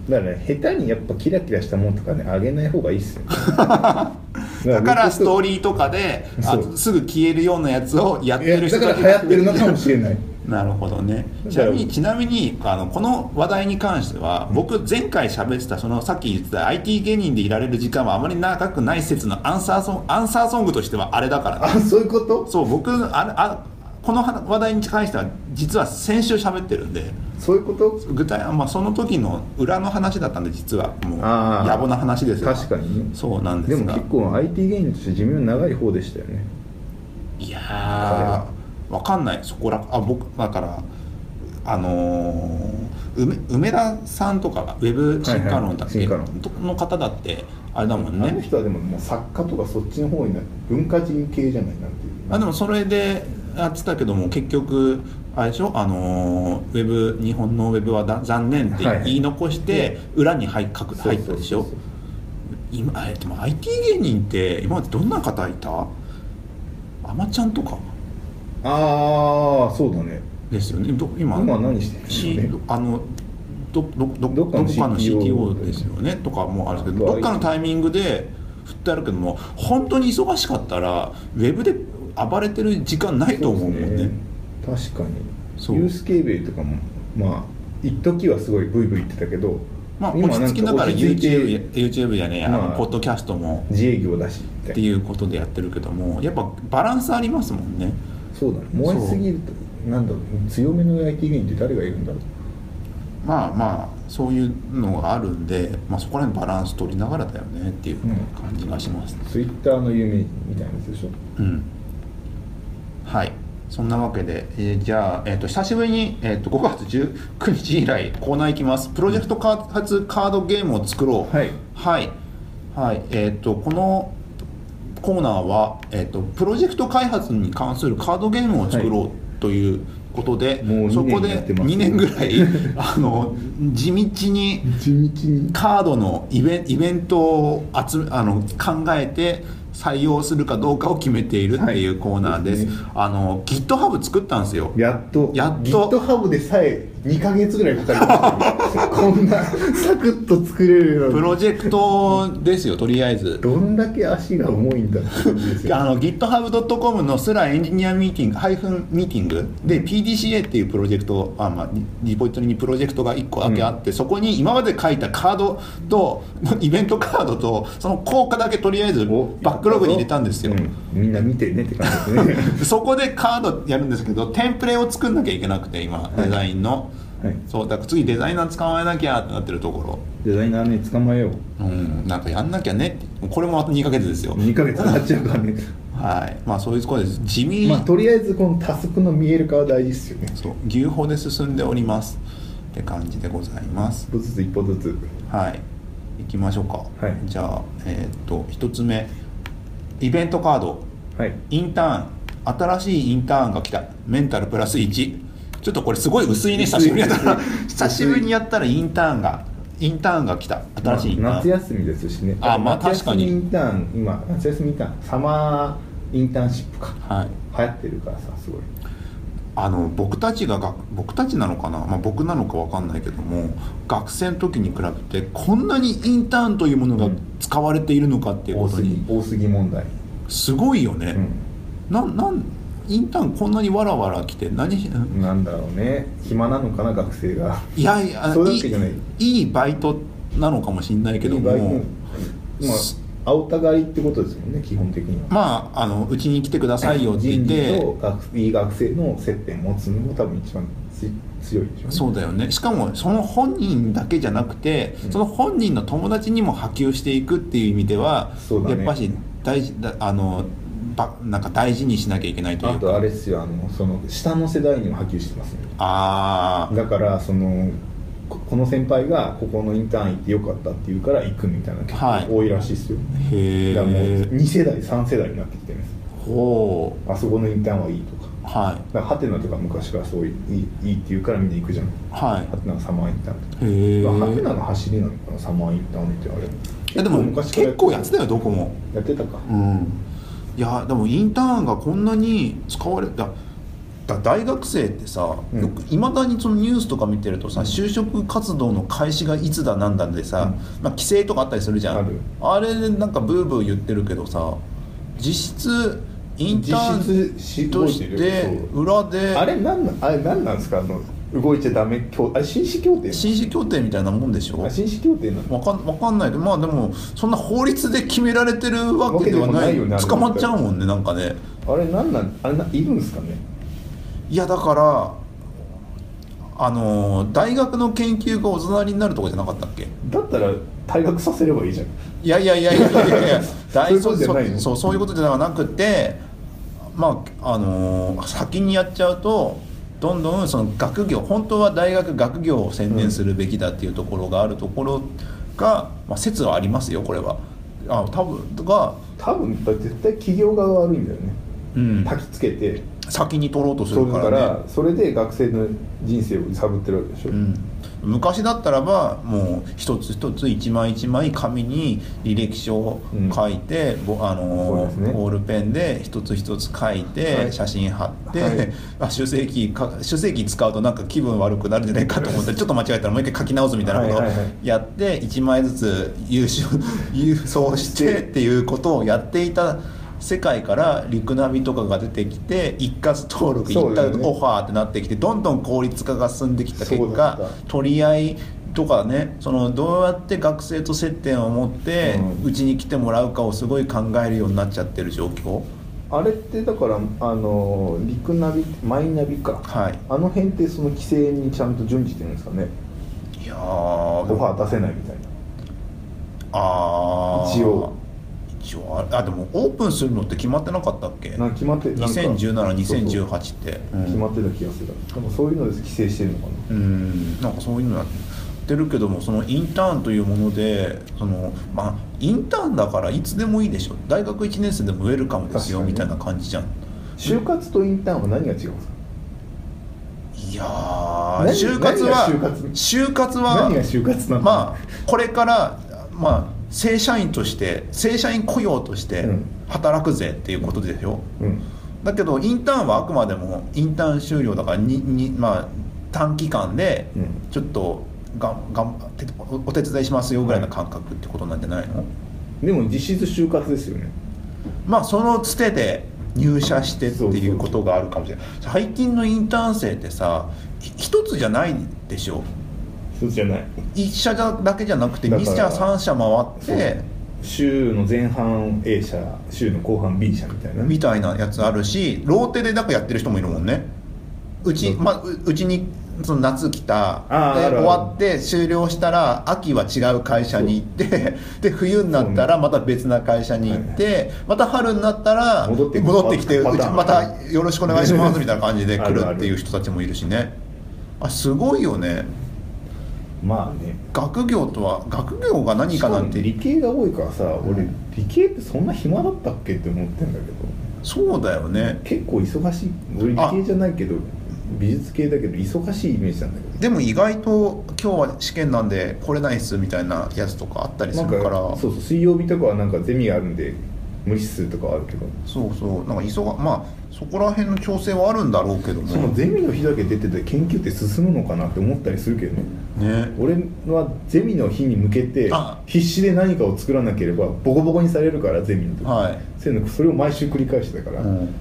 だからね下手にやっぱキラキラしたものとかねあげない方がいいっすよだからストーリーとかであすぐ消えるようなやつをやってる人だから流行ってるのかもしれないなるほどね。ちなみにちなみにあのこの話題に関しては、うん、僕前回喋ってたそのさっき言ってた アイティー 芸人でいられる時間はあまり長くない説のアンサーソンアンサーソングとしてはあれだからね。 あそういうこと。 そう僕ああこの話題に関しては実は先週喋ってるんで。 そういうこと具体、まあ、その時の裏の話だったんで実はもう野暮な話ですよ。 確かにね。 そうなんですがでも結構 アイティー 芸人として寿命長い方でしたよね。 いやー分かんないそこらあ僕だからあのー、梅, 梅田さんとかがウェブ進化論だっけ、はいはい、の方だってあれだもんね。 あの人はでももう作家とかそっちの方になる文化人系じゃないなんていう。 あでもそれでやってたけども結局あれでしょあのウェブ日本のウェブはだ残念って言い残して裏に入ったでしょ。今でも アイティー 芸人って今までどんな方いた？あまちゃんとか。 ああそうだね。 ですよね。 今今何してるのね。 あのどどどどっかの シーティーオー ですよねとかもあるけどどっかのタイミングで振ってあるけども本当に忙しかったらウェブで暴れてる時間ないと思うもんね。 確かにユースケーベイとかもまあ一時はすごいブイブイ言ってたけど、 まあ、落ち着きながら YouTube, YouTube じゃねえ、まあ、ポッドキャストも自営業だしっていうことでやってるけどもやっぱバランスありますもんね。 そうだね。燃えすぎるとなんだろう強めの アイティー 芸人って誰がいるんだろう。 まあまあそういうのがあるんで、まあ、そこら辺バランス取りながらだよねっていう感じがします、ね。 ツイッターの有名人みたいなやつでしょ。 うんはいそんなわけで、えー、じゃあ、えー、と久しぶりに、えー、とごがつじゅうくにち以来コーナー行きます。プロジェクト開発カードゲームを作ろう。 はいはい、はいえー、とこのコーナーは、えー、とプロジェクト開発に関するカードゲームを作ろうということで、 はい、 そこでにねんぐらいあの地道にカードのイベ、イベントを集めあの考えて採用するかどうかを決めているっていうコーナーです。はい、ですね、あの GitHub 作ったんですよ。 やっと。 やっと。 GitHub でさえにかげつぐらいかかりました、ね、こんなサクッと作れるようなプロジェクトですよとりあえず。 どんだけ足が重いんだって感じですよ。 あの ギットハブドットコム のスラエンジニアミーティングハイフンミーティングで ピーディーシーエー っていうプロジェクトあ、まあ、リポジトリにプロジェクトがいっこだけあって、うん、そこに今まで書いたカードとイベントカードとその効果だけとりあえずバックログに入れたんですよ。うん、 みんな見てねって感じですね。 そこでカードやるんですけどテンプレを作んなきゃいけなくて今デザインの、はい、そうだから次デザイナー捕まえなきゃってなってるところ。 デザイナーね捕まえよう。うんなんかやんなきゃねってこれもあとにかげつですよ。 にかげつ経っちゃうからね。 はいまあそういうところです。地味まあとりあえずこのタスクの見える化は大事ですよね。 そう牛歩で進んでおりますって感じでございます。 一歩ずつ一歩ずつはい行きましょうか。 はい、 じゃあえー、っとひとつめイベントカード、 はい、 インターン新しいインターンが来たメンタルプラスいち。ちょっとこれすごい薄いね久しぶりにやったら久しぶりにやったらインターンがインターンが来た新しいインターン、まあ、 夏休みですしね。 あまあ確かにインターン今夏休みインターンサマーインターンシップか、 はい、 流行ってるからさすごいあの僕たちがが僕たちなのかな、まあ、僕なのか分かんないけども学生の時に比べてこんなにインターンというものが使われているのかっていうことに、 うん、大杉問題すごいよね、 うん、 ななんインターンこんなにわらわら来て何しなんだろうね、暇なのかな学生が。 いやいや、 そういうわけじゃない。 いいバイトなのかもしれないけども、いいバイト、 まあ青たがりってことですもんね、基本的には。 まああのうちに来てくださいよって言って、 人事と学いい学生の接点を持つのが多分一番強いでしょうね。 そうだよね。しかもその本人だけじゃなくて、うん、その本人の友達にも波及していくっていう意味では、ね、やっぱし大事だ、あのばなんか大事にしなきゃいけないというか。 あとあれですよ、あのその下の世代にも波及してますね。 ああ。 だからそのこの先輩がここのインターン行ってよかったって言うから行くみたいな結構多いらしいですよ、はい、へえ。だからもうに世代さん世代になってきてるんです。ほう。あそこのインターンはいいとか、はい、だからハテナとか昔からそうい い, いいって言うからみんな行くじゃん、はい、ハテナのサマーインターンとか。へえ。ハテナの走りなのかな、サマーインターンってあれ。 いやでも結構やってたよ、どこもやってたか。 うん。いやでもインターンがこんなに使われた。だ大学生ってさ、よくいまだにそのニュースとか見てるとさ、うん、就職活動の開始がいつだなんだでさ、うん、まあ、規制とかあったりするじゃん。 あ, あれでなんかブーブー言ってるけどさ、実質インターンとして裏であれなんあれ何なんですか、あの動いちゃダメ、あれ紳士協定紳士協定みたいなもんでしょ。 あ、紳士協定なの。 わかん、わかんないけど、まあでもそんな法律で決められてるわけではない。ないよね、捕まっちゃうもんね、なんかね。 あれなんなんあれないるんですかね。 いやだからあの大学の研究がおざなりになるとこじゃなかったっけ。 だったら退学させればいいじゃん。 いやいやいやいやいやいやそういうことじゃないの。そうそういうことじゃなくて、まああの先にやっちゃうとどんどんその学業、本当は大学学業を専念するべきだっていうところがあるところが、まあ、説はありますよ、これは。あ多分が多分絶対企業側が悪いんだよね、うん、焚きつけて先に取ろうとするからね。 からそれで学生の人生を揺さぶってるわけでしょ、うん、 昔だったらばもう一つ一つ一枚一枚紙に履歴書を書いて、うん、あの、ね、ボールペンで一つ一つ書いて、はい、写真貼って、はい、あ修正機か修正機使うとなんか気分悪くなるんじゃないかと思ってちょっと間違えたらもう一回書き直すみたいなことをやっていちまいずつ郵送してっていうことをやっていた世界からリクナビとかが出てきて一括登録一括オファーってなってきて、どんどん効率化が進んできた結果、取り合いとかね、そのどうやって学生と接点を持ってうちに来てもらうかをすごい考えるようになっちゃってる状況。 あれってだからあのリクナビマイナビか、はい、あの辺ってその規制にちゃんと準じてるんですかね。 いやオファー出せないみたいな。 あ一応一応あでもオープンするのって決まってなかったっけ。 なんか決まってにせんじゅうなな、にせんじゅうはちって、 うん、決まってた気がする。でもそういうので規制してるのかな。 うんなんかそういうのやってるけども、そのインターンというものでそのまあインターンだからいつでもいいでしょ、大学いちねん生でもウェルカムですよみたいな感じじゃん。 就活とインターンは何が違うんですか。 いやー就活は就活は何が就活なの。 まあこれからまあ正社員として正社員雇用として働くぜっていうことでしょ、うん、だけどインターンはあくまでもインターン終了だからにに、まあ、短期間でちょっとががんお手伝いしますよぐらいの感覚ってことなんじゃないの。 でも実質就活ですよね。 まあそのつてで入社してっていうことがあるかもしれない。最近のインターン生ってさ一つじゃないでしょ。 一つじゃない。 一社だけじゃなくて二社三社回って週の前半 A 社週の後半 B 社みたいなみたいなやつあるし、ローテでなんかやってる人もいるもんね。うち、まあ、うちにその夏来たで終わって終了したら秋は違う会社に行ってで冬になったらまた別な会社に行って、ね、また春になったら戻ってきてうちまたよろしくお願いしますみたいな感じで来るっていう人たちもいるしね。あすごいよね。 まあね、 学業とは学業が何かなんて理系が多いからさ、うん、俺理系ってそんな暇だったっけって思ってんだけど。 そうだよね。 結構忙しい。俺理系じゃないけど美術系だけど忙しいイメージなんだけど。 でも意外と今日は試験なんで来れないっすみたいなやつとかあったりするから。 そうそう水曜日とかはなんかゼミがあるんで無理数とかはあるけど。 そうそうなんか急がまあそこら辺の調整はあるんだろうけども、 そのゼミの日だけ出てて研究って進むのかなって思ったりするけどね。ね俺はゼミの日に向けて必死で何かを作らなければボコボコにされるからゼミの時、はい、そういうのそれを毎週繰り返してたから、うん、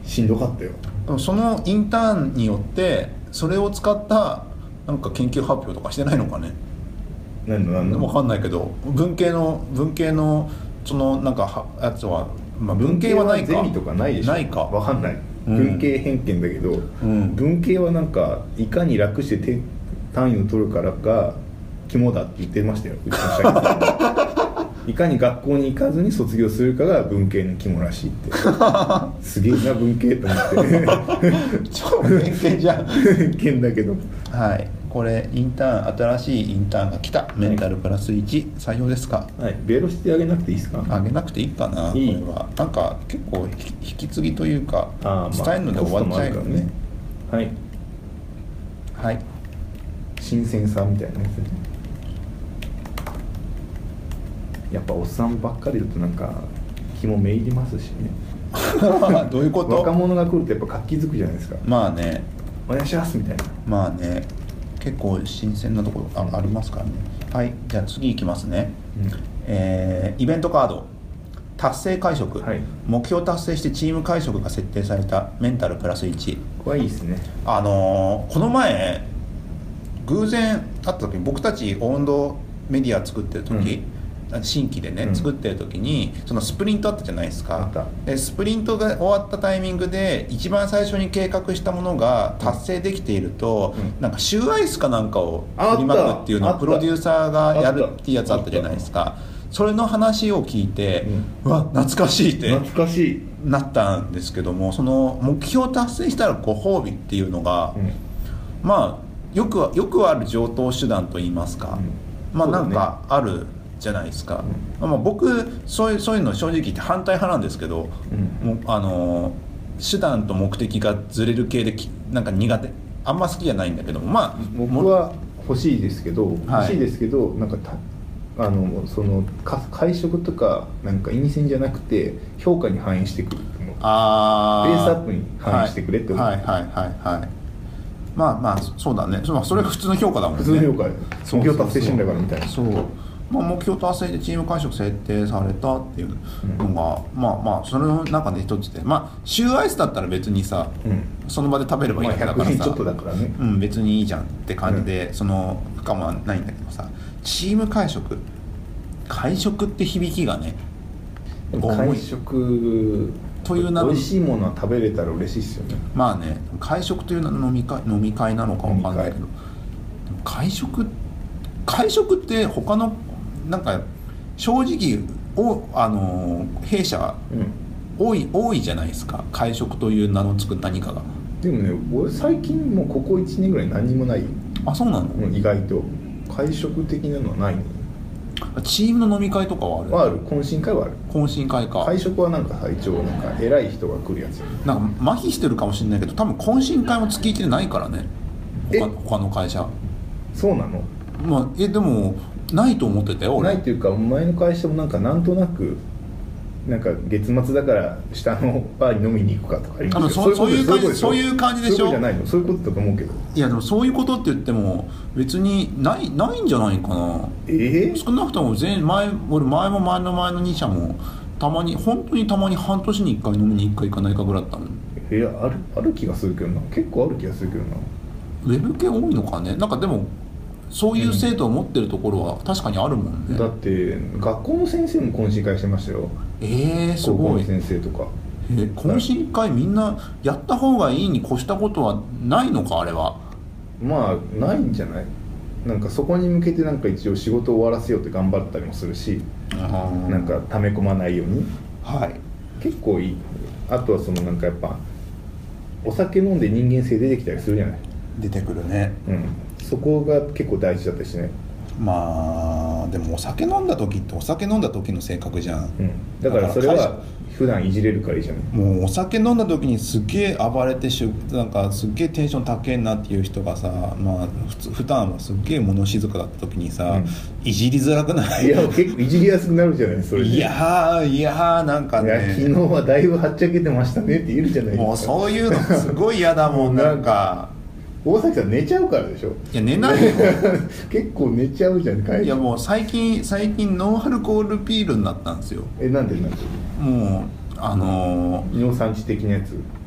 しんどかったよ。 そのインターンによってそれを使ったなんか研究発表とかしてないのかね。 何の何の分かんないけど文系の文系のそのなんかやつは、まあ、文系はないか、 ゼミとかないでしょ。 ないか分かんない、うん、文系偏見だけど、うん、文系はなんかいかに楽して単位を取るからが肝だって言ってましたよ、うちの社員いかに学校に行かずに卒業するかが文系の肝らしいってすげえな文系と思って超偏見じゃん偏見だけど、 はい、これインターン新しいインターンが来た、メンタルプラスいち採用ですか。 はい、ベロしてあげなくていいですか。 あげなくていいかな。いい、これはなんか結構引き継ぎというかあ、まあ、伝えるので終わっちゃうよね。 はいはい、 新鮮さみたいなやつね。やっぱおっさんばっかりだとなんか気もめいりますしねどういうこと。 若者が来るとやっぱ活気づくじゃないですか。 まあね、 お願いしますみたいな。 まあね、結構新鮮なところ あ, ありますからね。はい、じゃあ次いきますね、うん、えー、イベントカード達成会食、はい、目標達成してチーム会食が設定されたメンタルプラスいち。 これはいいですね。 あのー、この前偶然会った時に僕たちオウンドメディア作ってる時、うん、新規でね、うん、作ってる時にそのスプリントあったじゃないですか。でスプリントが終わったタイミングで一番最初に計画したものが達成できていると、うん、なんかシューアイスかなんかを振りまくっていうのをプロデューサーがやるっていうやつあったじゃないですか。それの話を聞いて、うん、うわ懐かしいって懐かしいなったんですけども、その目標達成したらご褒美っていうのが、うん、まあよくよくある常套手段といいますか、うん、まあなんかあるじゃないですか、うん、まあ、僕そういうそういうの正直言って反対派なんですけど、うん、もうあの手段と目的がずれる系でなんか苦手、あんま好きじゃないんだけど、まあ僕は欲しいですけど、欲しいですけど、なんかたあのその会食とかなんか意味線じゃなくて評価に反映してくると思う。 あベースアップに反映してくれって思う。 はいはいはいはい、まあまあそうだね、それが普通の評価だもんね。 普通の評価で目標達成してんだからみたいな。 そう、まあ、目標達成でチーム会食設定されたっていうのが、うん、まあまあそれの中で一つで、まあシューアイスだったら別にさ、うん、その場で食べればいいんだからさ、まあ、ひゃくえんちょっとだからね、うん、別にいいじゃんって感じで、うん、その負荷もないんだけどさ、チーム会食会食って響きがね、 会食という名の美味しいものは食べれたら嬉しいですよね。 まあね、会食という名の飲み会、飲み会なのかわかんないけど、会食会食って他のなんか正直おあの弊社、うん、多い多いじゃないですか、会食という名のつく何かが。 でもね、俺最近もうここいちねんぐらい何もない。 あ、そうなの？ 意外と会食的なのはないね。 チームの飲み会とかはある？ はある。懇親会はある。 懇親会か。 会食はなんか一応なんか偉い人が来るやつ。 なんか麻痺してるかもしれないけど、多分懇親会も月いちでないからね。他, 他の会社。 そうなの？ まあえでもないと思ってたよ。俺ないっていうか前の会社もなんかなんとなく。なんか月末だから下のバーに飲みに行くかとかありますよ。 そういう感じ、そういう感じでしょ。 そういうことじゃないの。そういうことだと思うけど。 いやでもそういうことって言っても別にないないんじゃないかな。 えー、 少なくとも前前俺前も前の前のに社もたまに本当にたまに半年にいっかい飲みに行くか行かないかぐらいだったの。 いやあるある気がするけどな。結構ある気がするけどな。 ウェブ系多いのかね。なんかでもそういう制度を持ってるところは確かにあるもんね。 うん、だって学校の先生も懇親会してましたよ。 えー、すごい。 高校の先生とか。 えー、懇親会みんなやった方がいいに越したことはないのかあれは。 まあないんじゃない。なんかそこに向けてなんか一応仕事を終わらせようって頑張ったりもするし、なんか溜め込まないように。 はい。 結構いい。あとはそのなんかやっぱお酒飲んで人間性出てきたりするじゃない。 出てくるね。 うん。そこが結構大事だったしね。 まあでもお酒飲んだ時ってお酒飲んだ時の性格じゃん、 うん、だからそれは普段いじれるからいいじゃん。 もうお酒飲んだ時にすげえ暴れてしゅなんかすげえテンション高えなっていう人がさ、まあ普通普段はすげえ物静かだった時にさ、うん、いじりづらくない？ いや結構いじりやすくなるじゃないそれで。 いやーいやーなんかね、いや昨日はだいぶはっちゃけてましたねって言えるじゃないですか。 もうそういうのすごい嫌だもんなんか大崎さん寝ちゃうからでしょ。 いや寝ないよ結構寝ちゃうじゃん。 いやもう最近最近ノンアルコールビールになったんですよ。 えなんでなんで？ もうあのー、尿酸値的なやつ。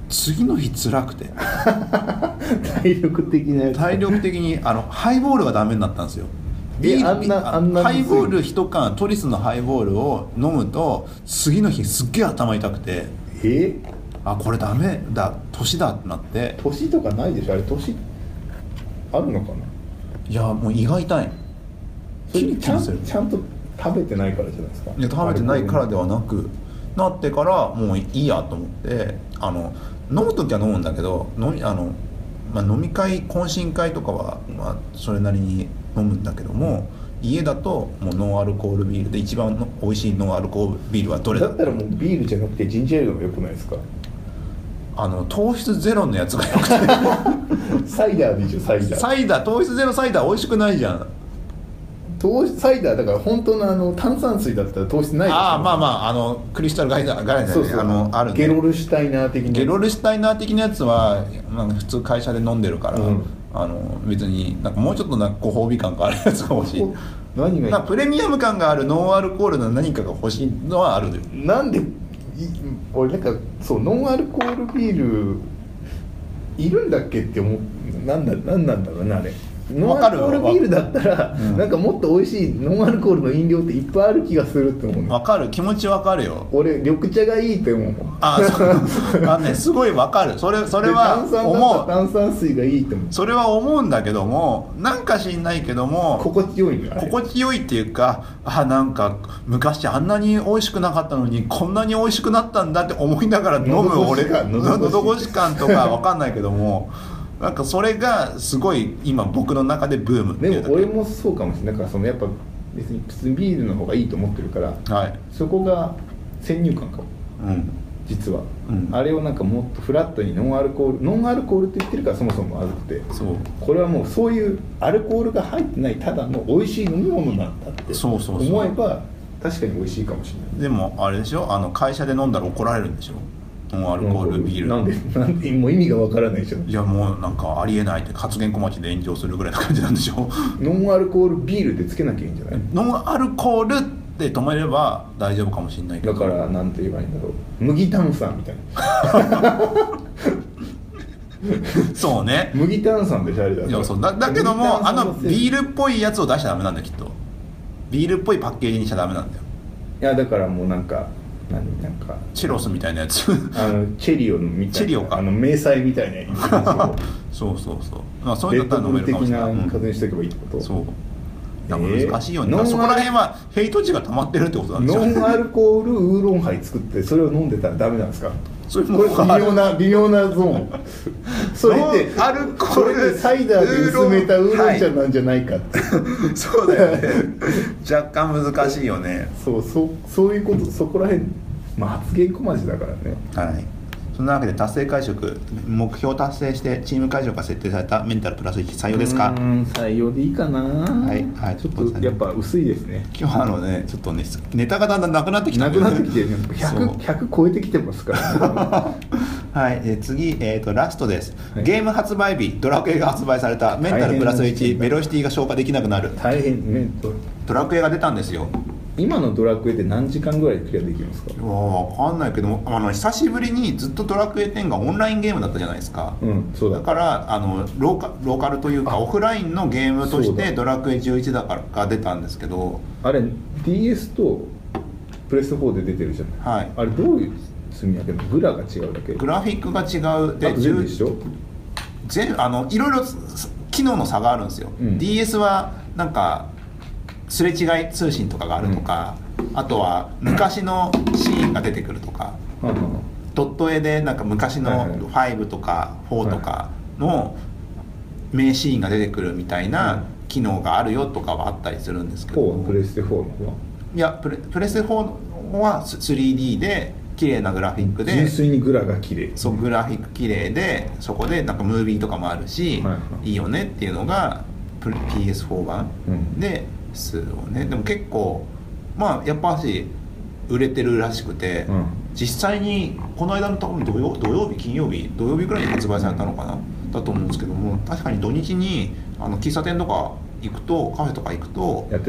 次の日辛くて体力的なやつ体力的にあのハイボールがダメになったんですよ。ビールあんなあんなハイボール一缶トリスのハイボールを飲むと次の日すっげえ頭痛くて、 えあこれダメだ年だってなって。 年とかないでしょあれ、年あるのかな。 いやもう胃が痛い。 それちゃんちゃんと食べてないからじゃないですか。 いや食べてないからではなくなってからもういいやと思ってあの飲む時は飲むんだけど飲みあの、まあ、飲み会懇親会とかは、まあ、それなりに飲むんだけども、家だともうノンアルコールビールで一番の美味しいノンアルコールビールはどれだ。 だったらもうビールじゃなくてジンジャーエールがよくないですか。 あの糖質ゼロのやつがよくてサイダーでいいじゃん。サイダーサイダー糖質ゼロサイダー美味しくないじゃん。 糖質サイダーだから本当のあの炭酸水だったら糖質ないですよ。 ああまあまああのクリスタルガイダーガイダー、ね、 そうそうあのある、ね、 ゲロルシュタイナー的なゲロルシュタイナー的なやつは、まあ、普通会社で飲んでるから、 うん、 あの別になんかもうちょっとなんかご褒美感があるやつが欲しい。 何がいい。 プレミアム感があるノンアルコールの何かが欲しいのはある。 なんで俺なんかそうノンアルコールビールいるんだっけって思う。なんだなんなんだろうなあれ。ノンアルコールビールだったら、うん、なんかもっと美味しいノンアルコールの飲料っていっぱいある気がするって思うね。 わかる、気持ちわかるよ。 俺緑茶がいいって思うもん。 あそうあ、ね、すごいわかる。それそれは思う。 炭酸水がいいって思う。 それは思うんだけども、なんか知んないけども心地よいんだ。 心地よいっていうか、あなんか昔あんなに美味しくなかったのにこんなに美味しくなったんだって思いながら飲む俺が喉越し感とかわかんないけども。なんかそれがすごい今僕の中でブームっていう。 でも俺もそうかもしれない。だからそのやっぱ別に普通にビールの方がいいと思ってるから、 はい、 そこが先入観かも、うん、実は、うん、あれをなんかもっとフラットにノンアルコールノンアルコールって言ってるからそもそもまずくて、そうこれはもうそういうアルコールが入ってないただの美味しい飲み物なんだってそうそうそう思えば確かに美味しいかもしれない。 でもあれでしょ、あの会社で飲んだら怒られるんでしょ、ノンアルコールビール。 なんでなんでもう意味がわからないじゃん。 いやもうなんかありえないって発言小町で炎上するぐらいな感じなんでしょ。 ノンアルコールビールでつけなきゃいいんじゃない。 ノンアルコールって止めれば大丈夫かもしれないけど、 だからなんて言えばいいんだろう、麦炭酸みたいなそうね、 麦炭酸でしょあれだ。 いやそう だ, だけどもあのビールっぽいやつを出しちゃダメなんだよきっと。ビールっぽいパッケージにしちゃダメなんだよ。 いやだからもうなんか何なんかチェロスみたいなやつあのチェリオのみたいなチェリオかあの迷彩みたいなやつそうそうそう、まあ、そういうのだったら飲めるかもしれない。 レッドブル的な風にしておけばいいってこと、うん、そういや難しいよね、えー、そこら辺はヘイト値が溜まってるってことなんですよ。 ノンアルコールウーロンハイ作ってそれを飲んでたらダメなんですか。 それこれ微妙な微妙なゾーンそれってアルコールサイダーで薄めたウーロン茶なんじゃないかって、はい、 そうだよね若干難しいよね。 そうそうそういうこと、そこら辺まあ発言小町だからね。 はい、そんなわけで達成会食目標達成してチーム会食が設定されたメンタルプラスいち採用ですか。 うーん採用でいいかな。はい、はい、ちょっとやっぱ薄いですね。 今日はあのねちょっとねネタがだんだんなくなってきたなくなってきて ひゃく, ひゃく超えてきてますから、ね、 はい、え次、えー、とラストです、はい、ゲーム発売日ドラクエが発売された。メンタルプラスいちベロシティが消化できなくなる。 大変ね。 ドラクエが出たんですよ。 今のドラクエって何時間ぐらいでクリアできるんですか。 分かんないけども、あの久しぶりにずっとドラクエテンがオンラインゲームだったじゃないですか、うん、そうだ。だからあのローカ、ローカルというかオフラインのゲームとしてドラクエじゅういちだからが出たんですけど、 あれ ディーエス とプレステフォーで出てるじゃない、はい、あれどういう積み上げのグラが違うだけ。 グラフィックが違うで全部一緒。 全あのいろいろ機能の差があるんですよ、うん、ディーエス はなんかすれ違い通信とかがあるとか、うん、あとは昔のシーンが出てくるとか、うん、ドット絵でなんか昔のファイブとかフォーとかの名シーンが出てくるみたいな機能があるよとかはあったりするんですけど、 プレステフォーの方は。 いやプレ、プレステフォーの方は スリーディー で綺麗なグラフィックで、 純粋にグラが綺麗。 そうグラフィック綺麗で、そこでなんかムービーとかもあるし、はいはい、いいよねっていうのが ピーエスフォー 版、うん、ですよね。でも結構まあやっぱし売れてるらしくて、うん、実際にこの間の多分土曜、土曜日金曜日土曜日くらいに発売されたのかな、だと思うんですけども、確かに土日にあの喫茶店とか行くとカフェとか行くとやってた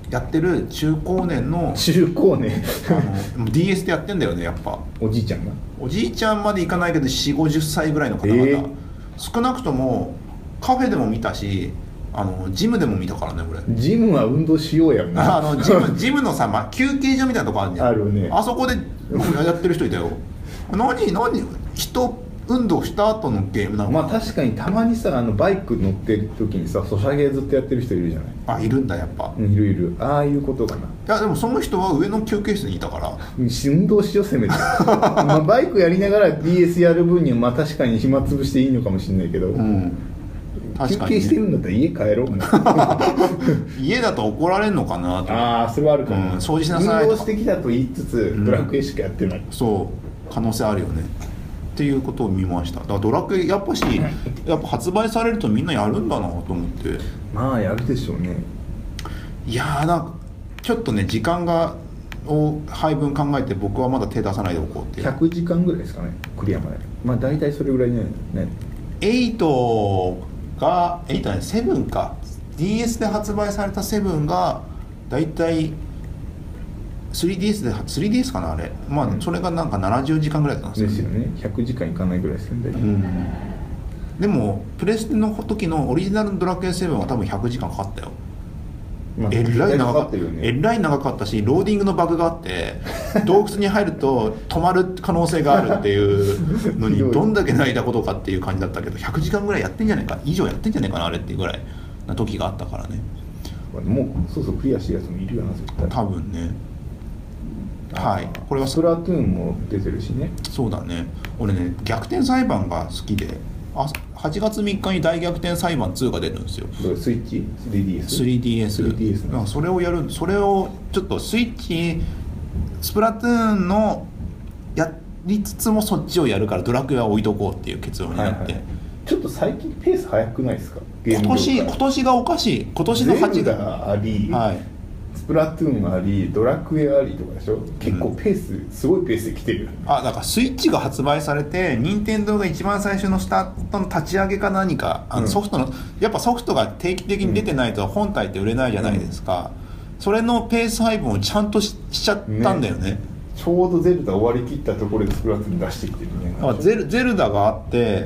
やってる中高年の中高年あの ディーエス でやってんだよねやっぱ。 おじいちゃんがおじいちゃんまでいかないけどよんじゅうごじゅっさいぐらいの方々、えー、少なくともカフェでも見たし、あのジムでも見たからね俺。 ジムは運動しようやんな。 あのジムジムのさ、ま、休憩所みたいなとこあるじゃん。 あるね。 あそこでやってる人いたよ何何人運動した後のゲームなのかな。 まあ確かにたまにさ、あのバイク乗ってる時にさソシャゲずっとやってる人いるじゃない。 あ、いるんだやっぱ。 いるいる。ああいうことかな。いやでもその人は上の休憩室にいたから運動しようせめてまあバイクやりながら ディーエス やる分にはまあ確かに暇つぶしていいのかもしれないけど、うん、休憩してるんだったら家帰ろうも家だと怒られるのかなと。 ああそれはあるかも、うん、 掃除しなさい運動してきたと言いつつ、うん、ドラクエしかやってない。 そう可能性あるよねっていうことを見ました。だからドラクエやっぱしやっぱ発売されるとみんなやるんだなと思って。 まあやるでしょうね。 いやーなんかちょっとね時間がを配分考えて僕はまだ手出さないでおこうっていう。 ひゃくじかんぐらいですかねクリアまで。まあ大体それぐらいね。 エイトがエイトねセブンか ディーエス で発売されたセブンが大体スリーディーエス で スリーディーエス かなあれ、まあ、うん、それがなんかななじゅうじかんぐらいだったんですよね。ですよね。ひゃくじかんいかないぐらいですよね、うん、 でもプレステの時のオリジナルのドラクエセブンは多分ひゃくじかんかかったよ、まあ、えらい長かった、ね、えらい長かったし、ローディングのバグがあって洞窟に入ると止まる可能性があるっていうのにどんだけ泣いたことかっていう感じだったけど、ひゃくじかんぐらいやってんじゃないか以上やってんじゃないかなあれっていうぐらいな時があったからね。 もうそうそうクリアしてるやつもいるよな絶対。 多分ね。はい、これはスプラトゥーンも出てるしね。 そうだね。俺ね逆転裁判が好きで、あはちがつみっかに大逆転裁判ツーが出るんですよ。 スイッチ スリーディーエススリーディーエススリーディーエスなんかそれをやる。それをちょっとスイッチスプラトゥーンのやりつつもそっちをやるからドラクエは置いとこうっていう結論になって、はいはい、 ちょっと最近ペース早くないですか。 今年今年がおかしい。今年のはちがつがあり、 はい、 スプラトゥーンありドラクエありとかでしょ。結構ペース、うん、すごいペースで来てるよね。 あだからスイッチが発売されて任天堂が一番最初のスタートの立ち上げか何かあのソフトの、うん、やっぱソフトが定期的に出てないと本体って売れないじゃないですか、うん、それのペース配分をちゃんと し, しちゃったんだよね。ねちょうどゼルダ終わりきったところでスプラトゥーン出してきてるね。 あゼル、ゼルダがあって、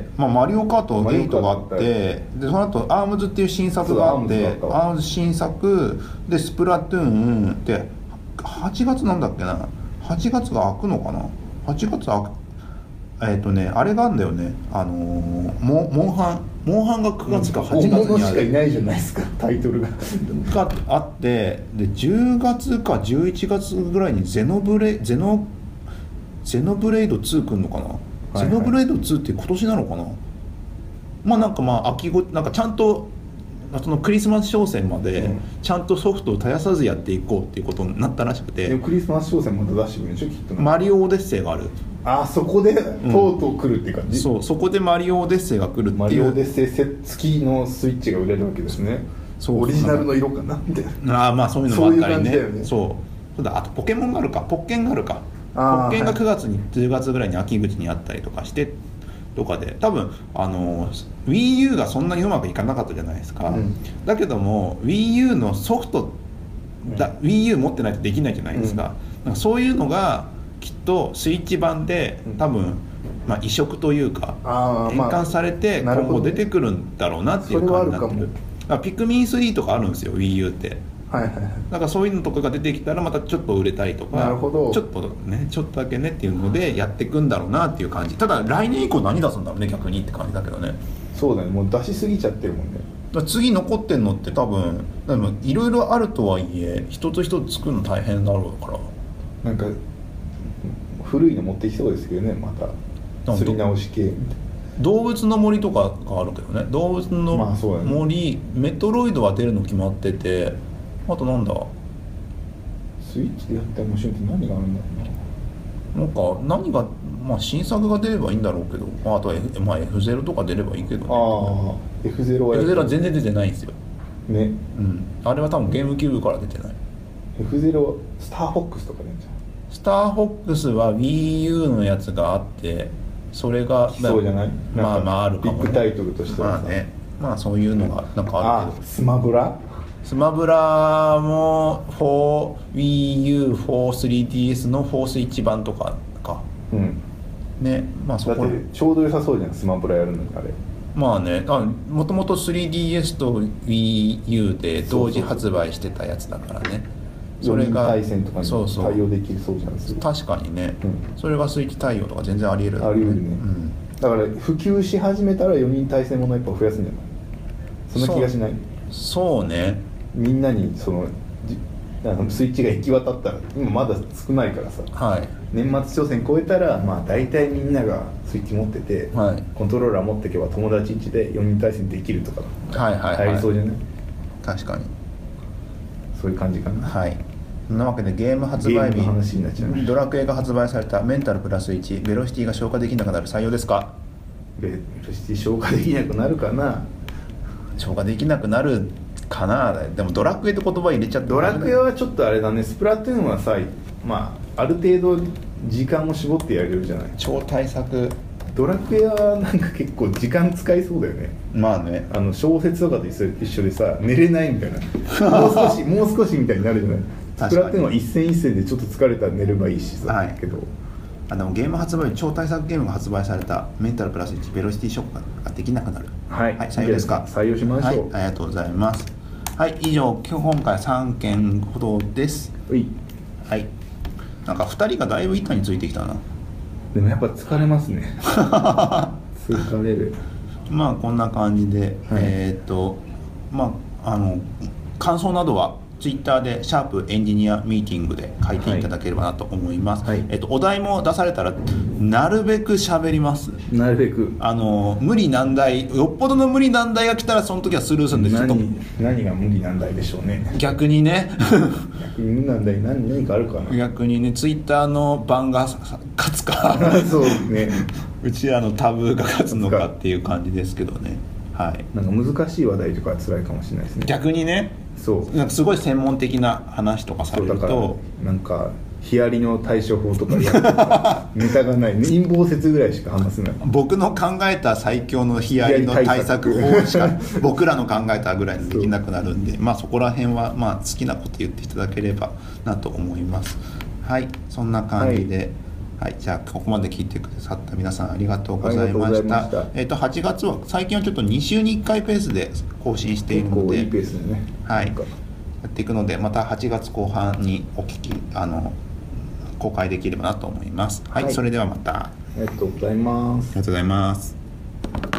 まあ、マリオカートエイトがあって、でその後アームズっていう新作があって、アームズ新作でスプラトゥーンではちがつなんだっけな、はちがつが開くのかな、はちがつ開くえっ、ー、とねあれがあるんだよね、あのー、モモンハンモンハンがくがつかはちがつにある。 本物しかいないじゃないですかタイトルががあってでじゅうがつかじゅういちがつぐらいにゼノブレゼノゼノブレイドツー来るのかな、はいはい、ゼノブレイドツーって今年なのかな。まあなんかまあ秋ごなんかちゃんとそのクリスマス商戦までちゃんとソフトを絶やさずやっていこうっていうことになったらしくて、 でもクリスマス商戦また出してくるんでしょきっと。 マリオオデッセイがある。 あそこでとうとう来るって感じ、 うん、そうそこでマリオオデッセイが来るっていう。 マリオオデッセイ付きのスイッチが売れるわけですね。そうオリジナルの色かなみたいな。 ああまあそういうのもあったりね。そういう感じだよね。そうそうだ。あとポケモンがあるか、ポッケンがあるか。ポッケンがくがつにじゅうがつぐらいに秋口にあったりとかしてとかで、多分あの WiiU がそんなにうまくいかなかったじゃないですか、うん、だけども WiiU のソフトだ、うん、WiiU 持ってないとできないじゃないですか、うん、なんかそういうのがきっとスイッチ版で多分、まあ、移植というか変換されて今後出てくるんだろうなっていう感じになってる。だからピクミンスリーとかあるんですよ WiiU って。はいはいはい、だからそういうのとかが出てきたらまたちょっと売れたりとか、なるほどちょっとねちょっとだけねっていうのでやっていくんだろうなっていう感じ。ただ来年以降何出すんだろうね逆にって感じだけどね。そうだね、もう出しすぎちゃってるもんね。だ次残ってんのって多分いろいろあるとはいえ一つ一つ作るの大変だろうから、 なんか古いの持ってきそうですけどね、また釣り直し系みたいな。 動物の森とかがあるけどね、動物の森、まあそうだね、メトロイドは出るの決まってて、あとなんだスイッチでやったら面白いって何があるんだろうな。 なんか何が、まあ新作が出ればいいんだろうけど、あとは、F、まあ、エフゼロ とか出ればいいけどね。 ああ エフゼロ はエフゼロ は全然出てないんですよね。 うん、あれは多分ゲームキューブから出てない。 エフゼロ スターフォックスとか出るじゃん。 スターフォックスは WiiU のやつがあって、それがそうじゃない。 まあまああるかも、ね、 ビッグタイトルとしてはまあね、まあそういうのがなんかあるけど、 あスマブラスマブラも フォーウィーユー、フォースリーディーエス のフォースイッチ版とかか、 うんね、まあそこだってちょうど良さそうじゃんスマブラやるのにあれ。 まあね、もともと スリーディーエス と WiiU で同時発売してたやつだからね。 それが対戦とかに対応できるそうじゃないですか。 確かにね、うん、それがスイッチ対応とか全然あり得る、 ね、あり得るね、うん、だから普及し始めたらよにん対戦ものやっぱ増やすんじゃない？そんな気がしない？ そうね、 みんなにそのスイッチが行き渡ったら今まだ少ないからさ、 はい、 年末商戦超えたらまあ大体みんながスイッチ持ってて、はい、コントローラー持っていけば友達ん家でよにん対戦できるとかはいはい、はい、 入りそうじゃない？ 確かにそういう感じかな。 はい。そんなわけでゲーム発売日、 話になっちゃう。 ドラクエが発売されたメンタルプラスいち、ベロシティが消化できなくなる、採用ですか？ ベロシティ消化できなくなるかな。 消化できなくなるかな。でもドラクエって言葉入れちゃって、 ドラクエはちょっとあれだね。スプラトゥーンはさ、まあある程度時間を絞ってやれるじゃない。 超大作。 ドラクエはなんか結構時間使いそうだよね。 まあね、 あの小説とかと一緒でさ、寝れないみたいなもう少しもう少しみたいになるじゃない。スプラトゥーンは一戦一戦でちょっと疲れたら寝ればいいしさ、はい、けどあでもゲーム発売超大作ゲームが発売されたメンタルプラスいち、ベロシティショックができなくなる。 はい、はい、 採用ですか？ 採用しましょう。 はい、ありがとうございます。はい、以上今回さんけんほどです。 はい、 はい、なんかふたりがだいぶ板についてきたな。 でもやっぱ疲れますね疲れる。 まあこんな感じで、はい、えっ、ー、とまああの感想などはツイッターでシャープエンジニアミーティングで書いていただければなと思います、はいはい、えっと、お題も出されたらなるべく喋ります。 なるべくあの無理難題、よっぽどの無理難題が来たらその時はスルーするんです。 何, 何が無理難題でしょうね。 逆にね逆に無理難題 何, 何かあるかな。 逆にね、ツイッターの番が勝つかそうねうちらのタブーが勝つのかっていう感じですけどね。はい、 なんか難しい話題とかは辛いかもしれないですね。 逆にね、そうなんかすごい専門的な話とかされると、 なんかヒアリの対処法とかやるとかネタがない陰謀説ぐらいしか話せない。 僕の考えた最強のヒアリの対策法しか僕らの考えたぐらいできなくなるんで、まあそこら辺はまあ好きなこと言っていただければなと思います。はい、そんな感じで、はいはい、じゃあここまで聞いてくださった皆さんありがとうございました。したえー、とはちがつは最近はちょっとに週にいっかいペースで更新しているので、 いいペースでね、 はい、やっていくので、またはちがつこう半にお聞きあの公開できればなと思います。はい、はい、それではまた。 ありがとうございます。 ありがとうございます。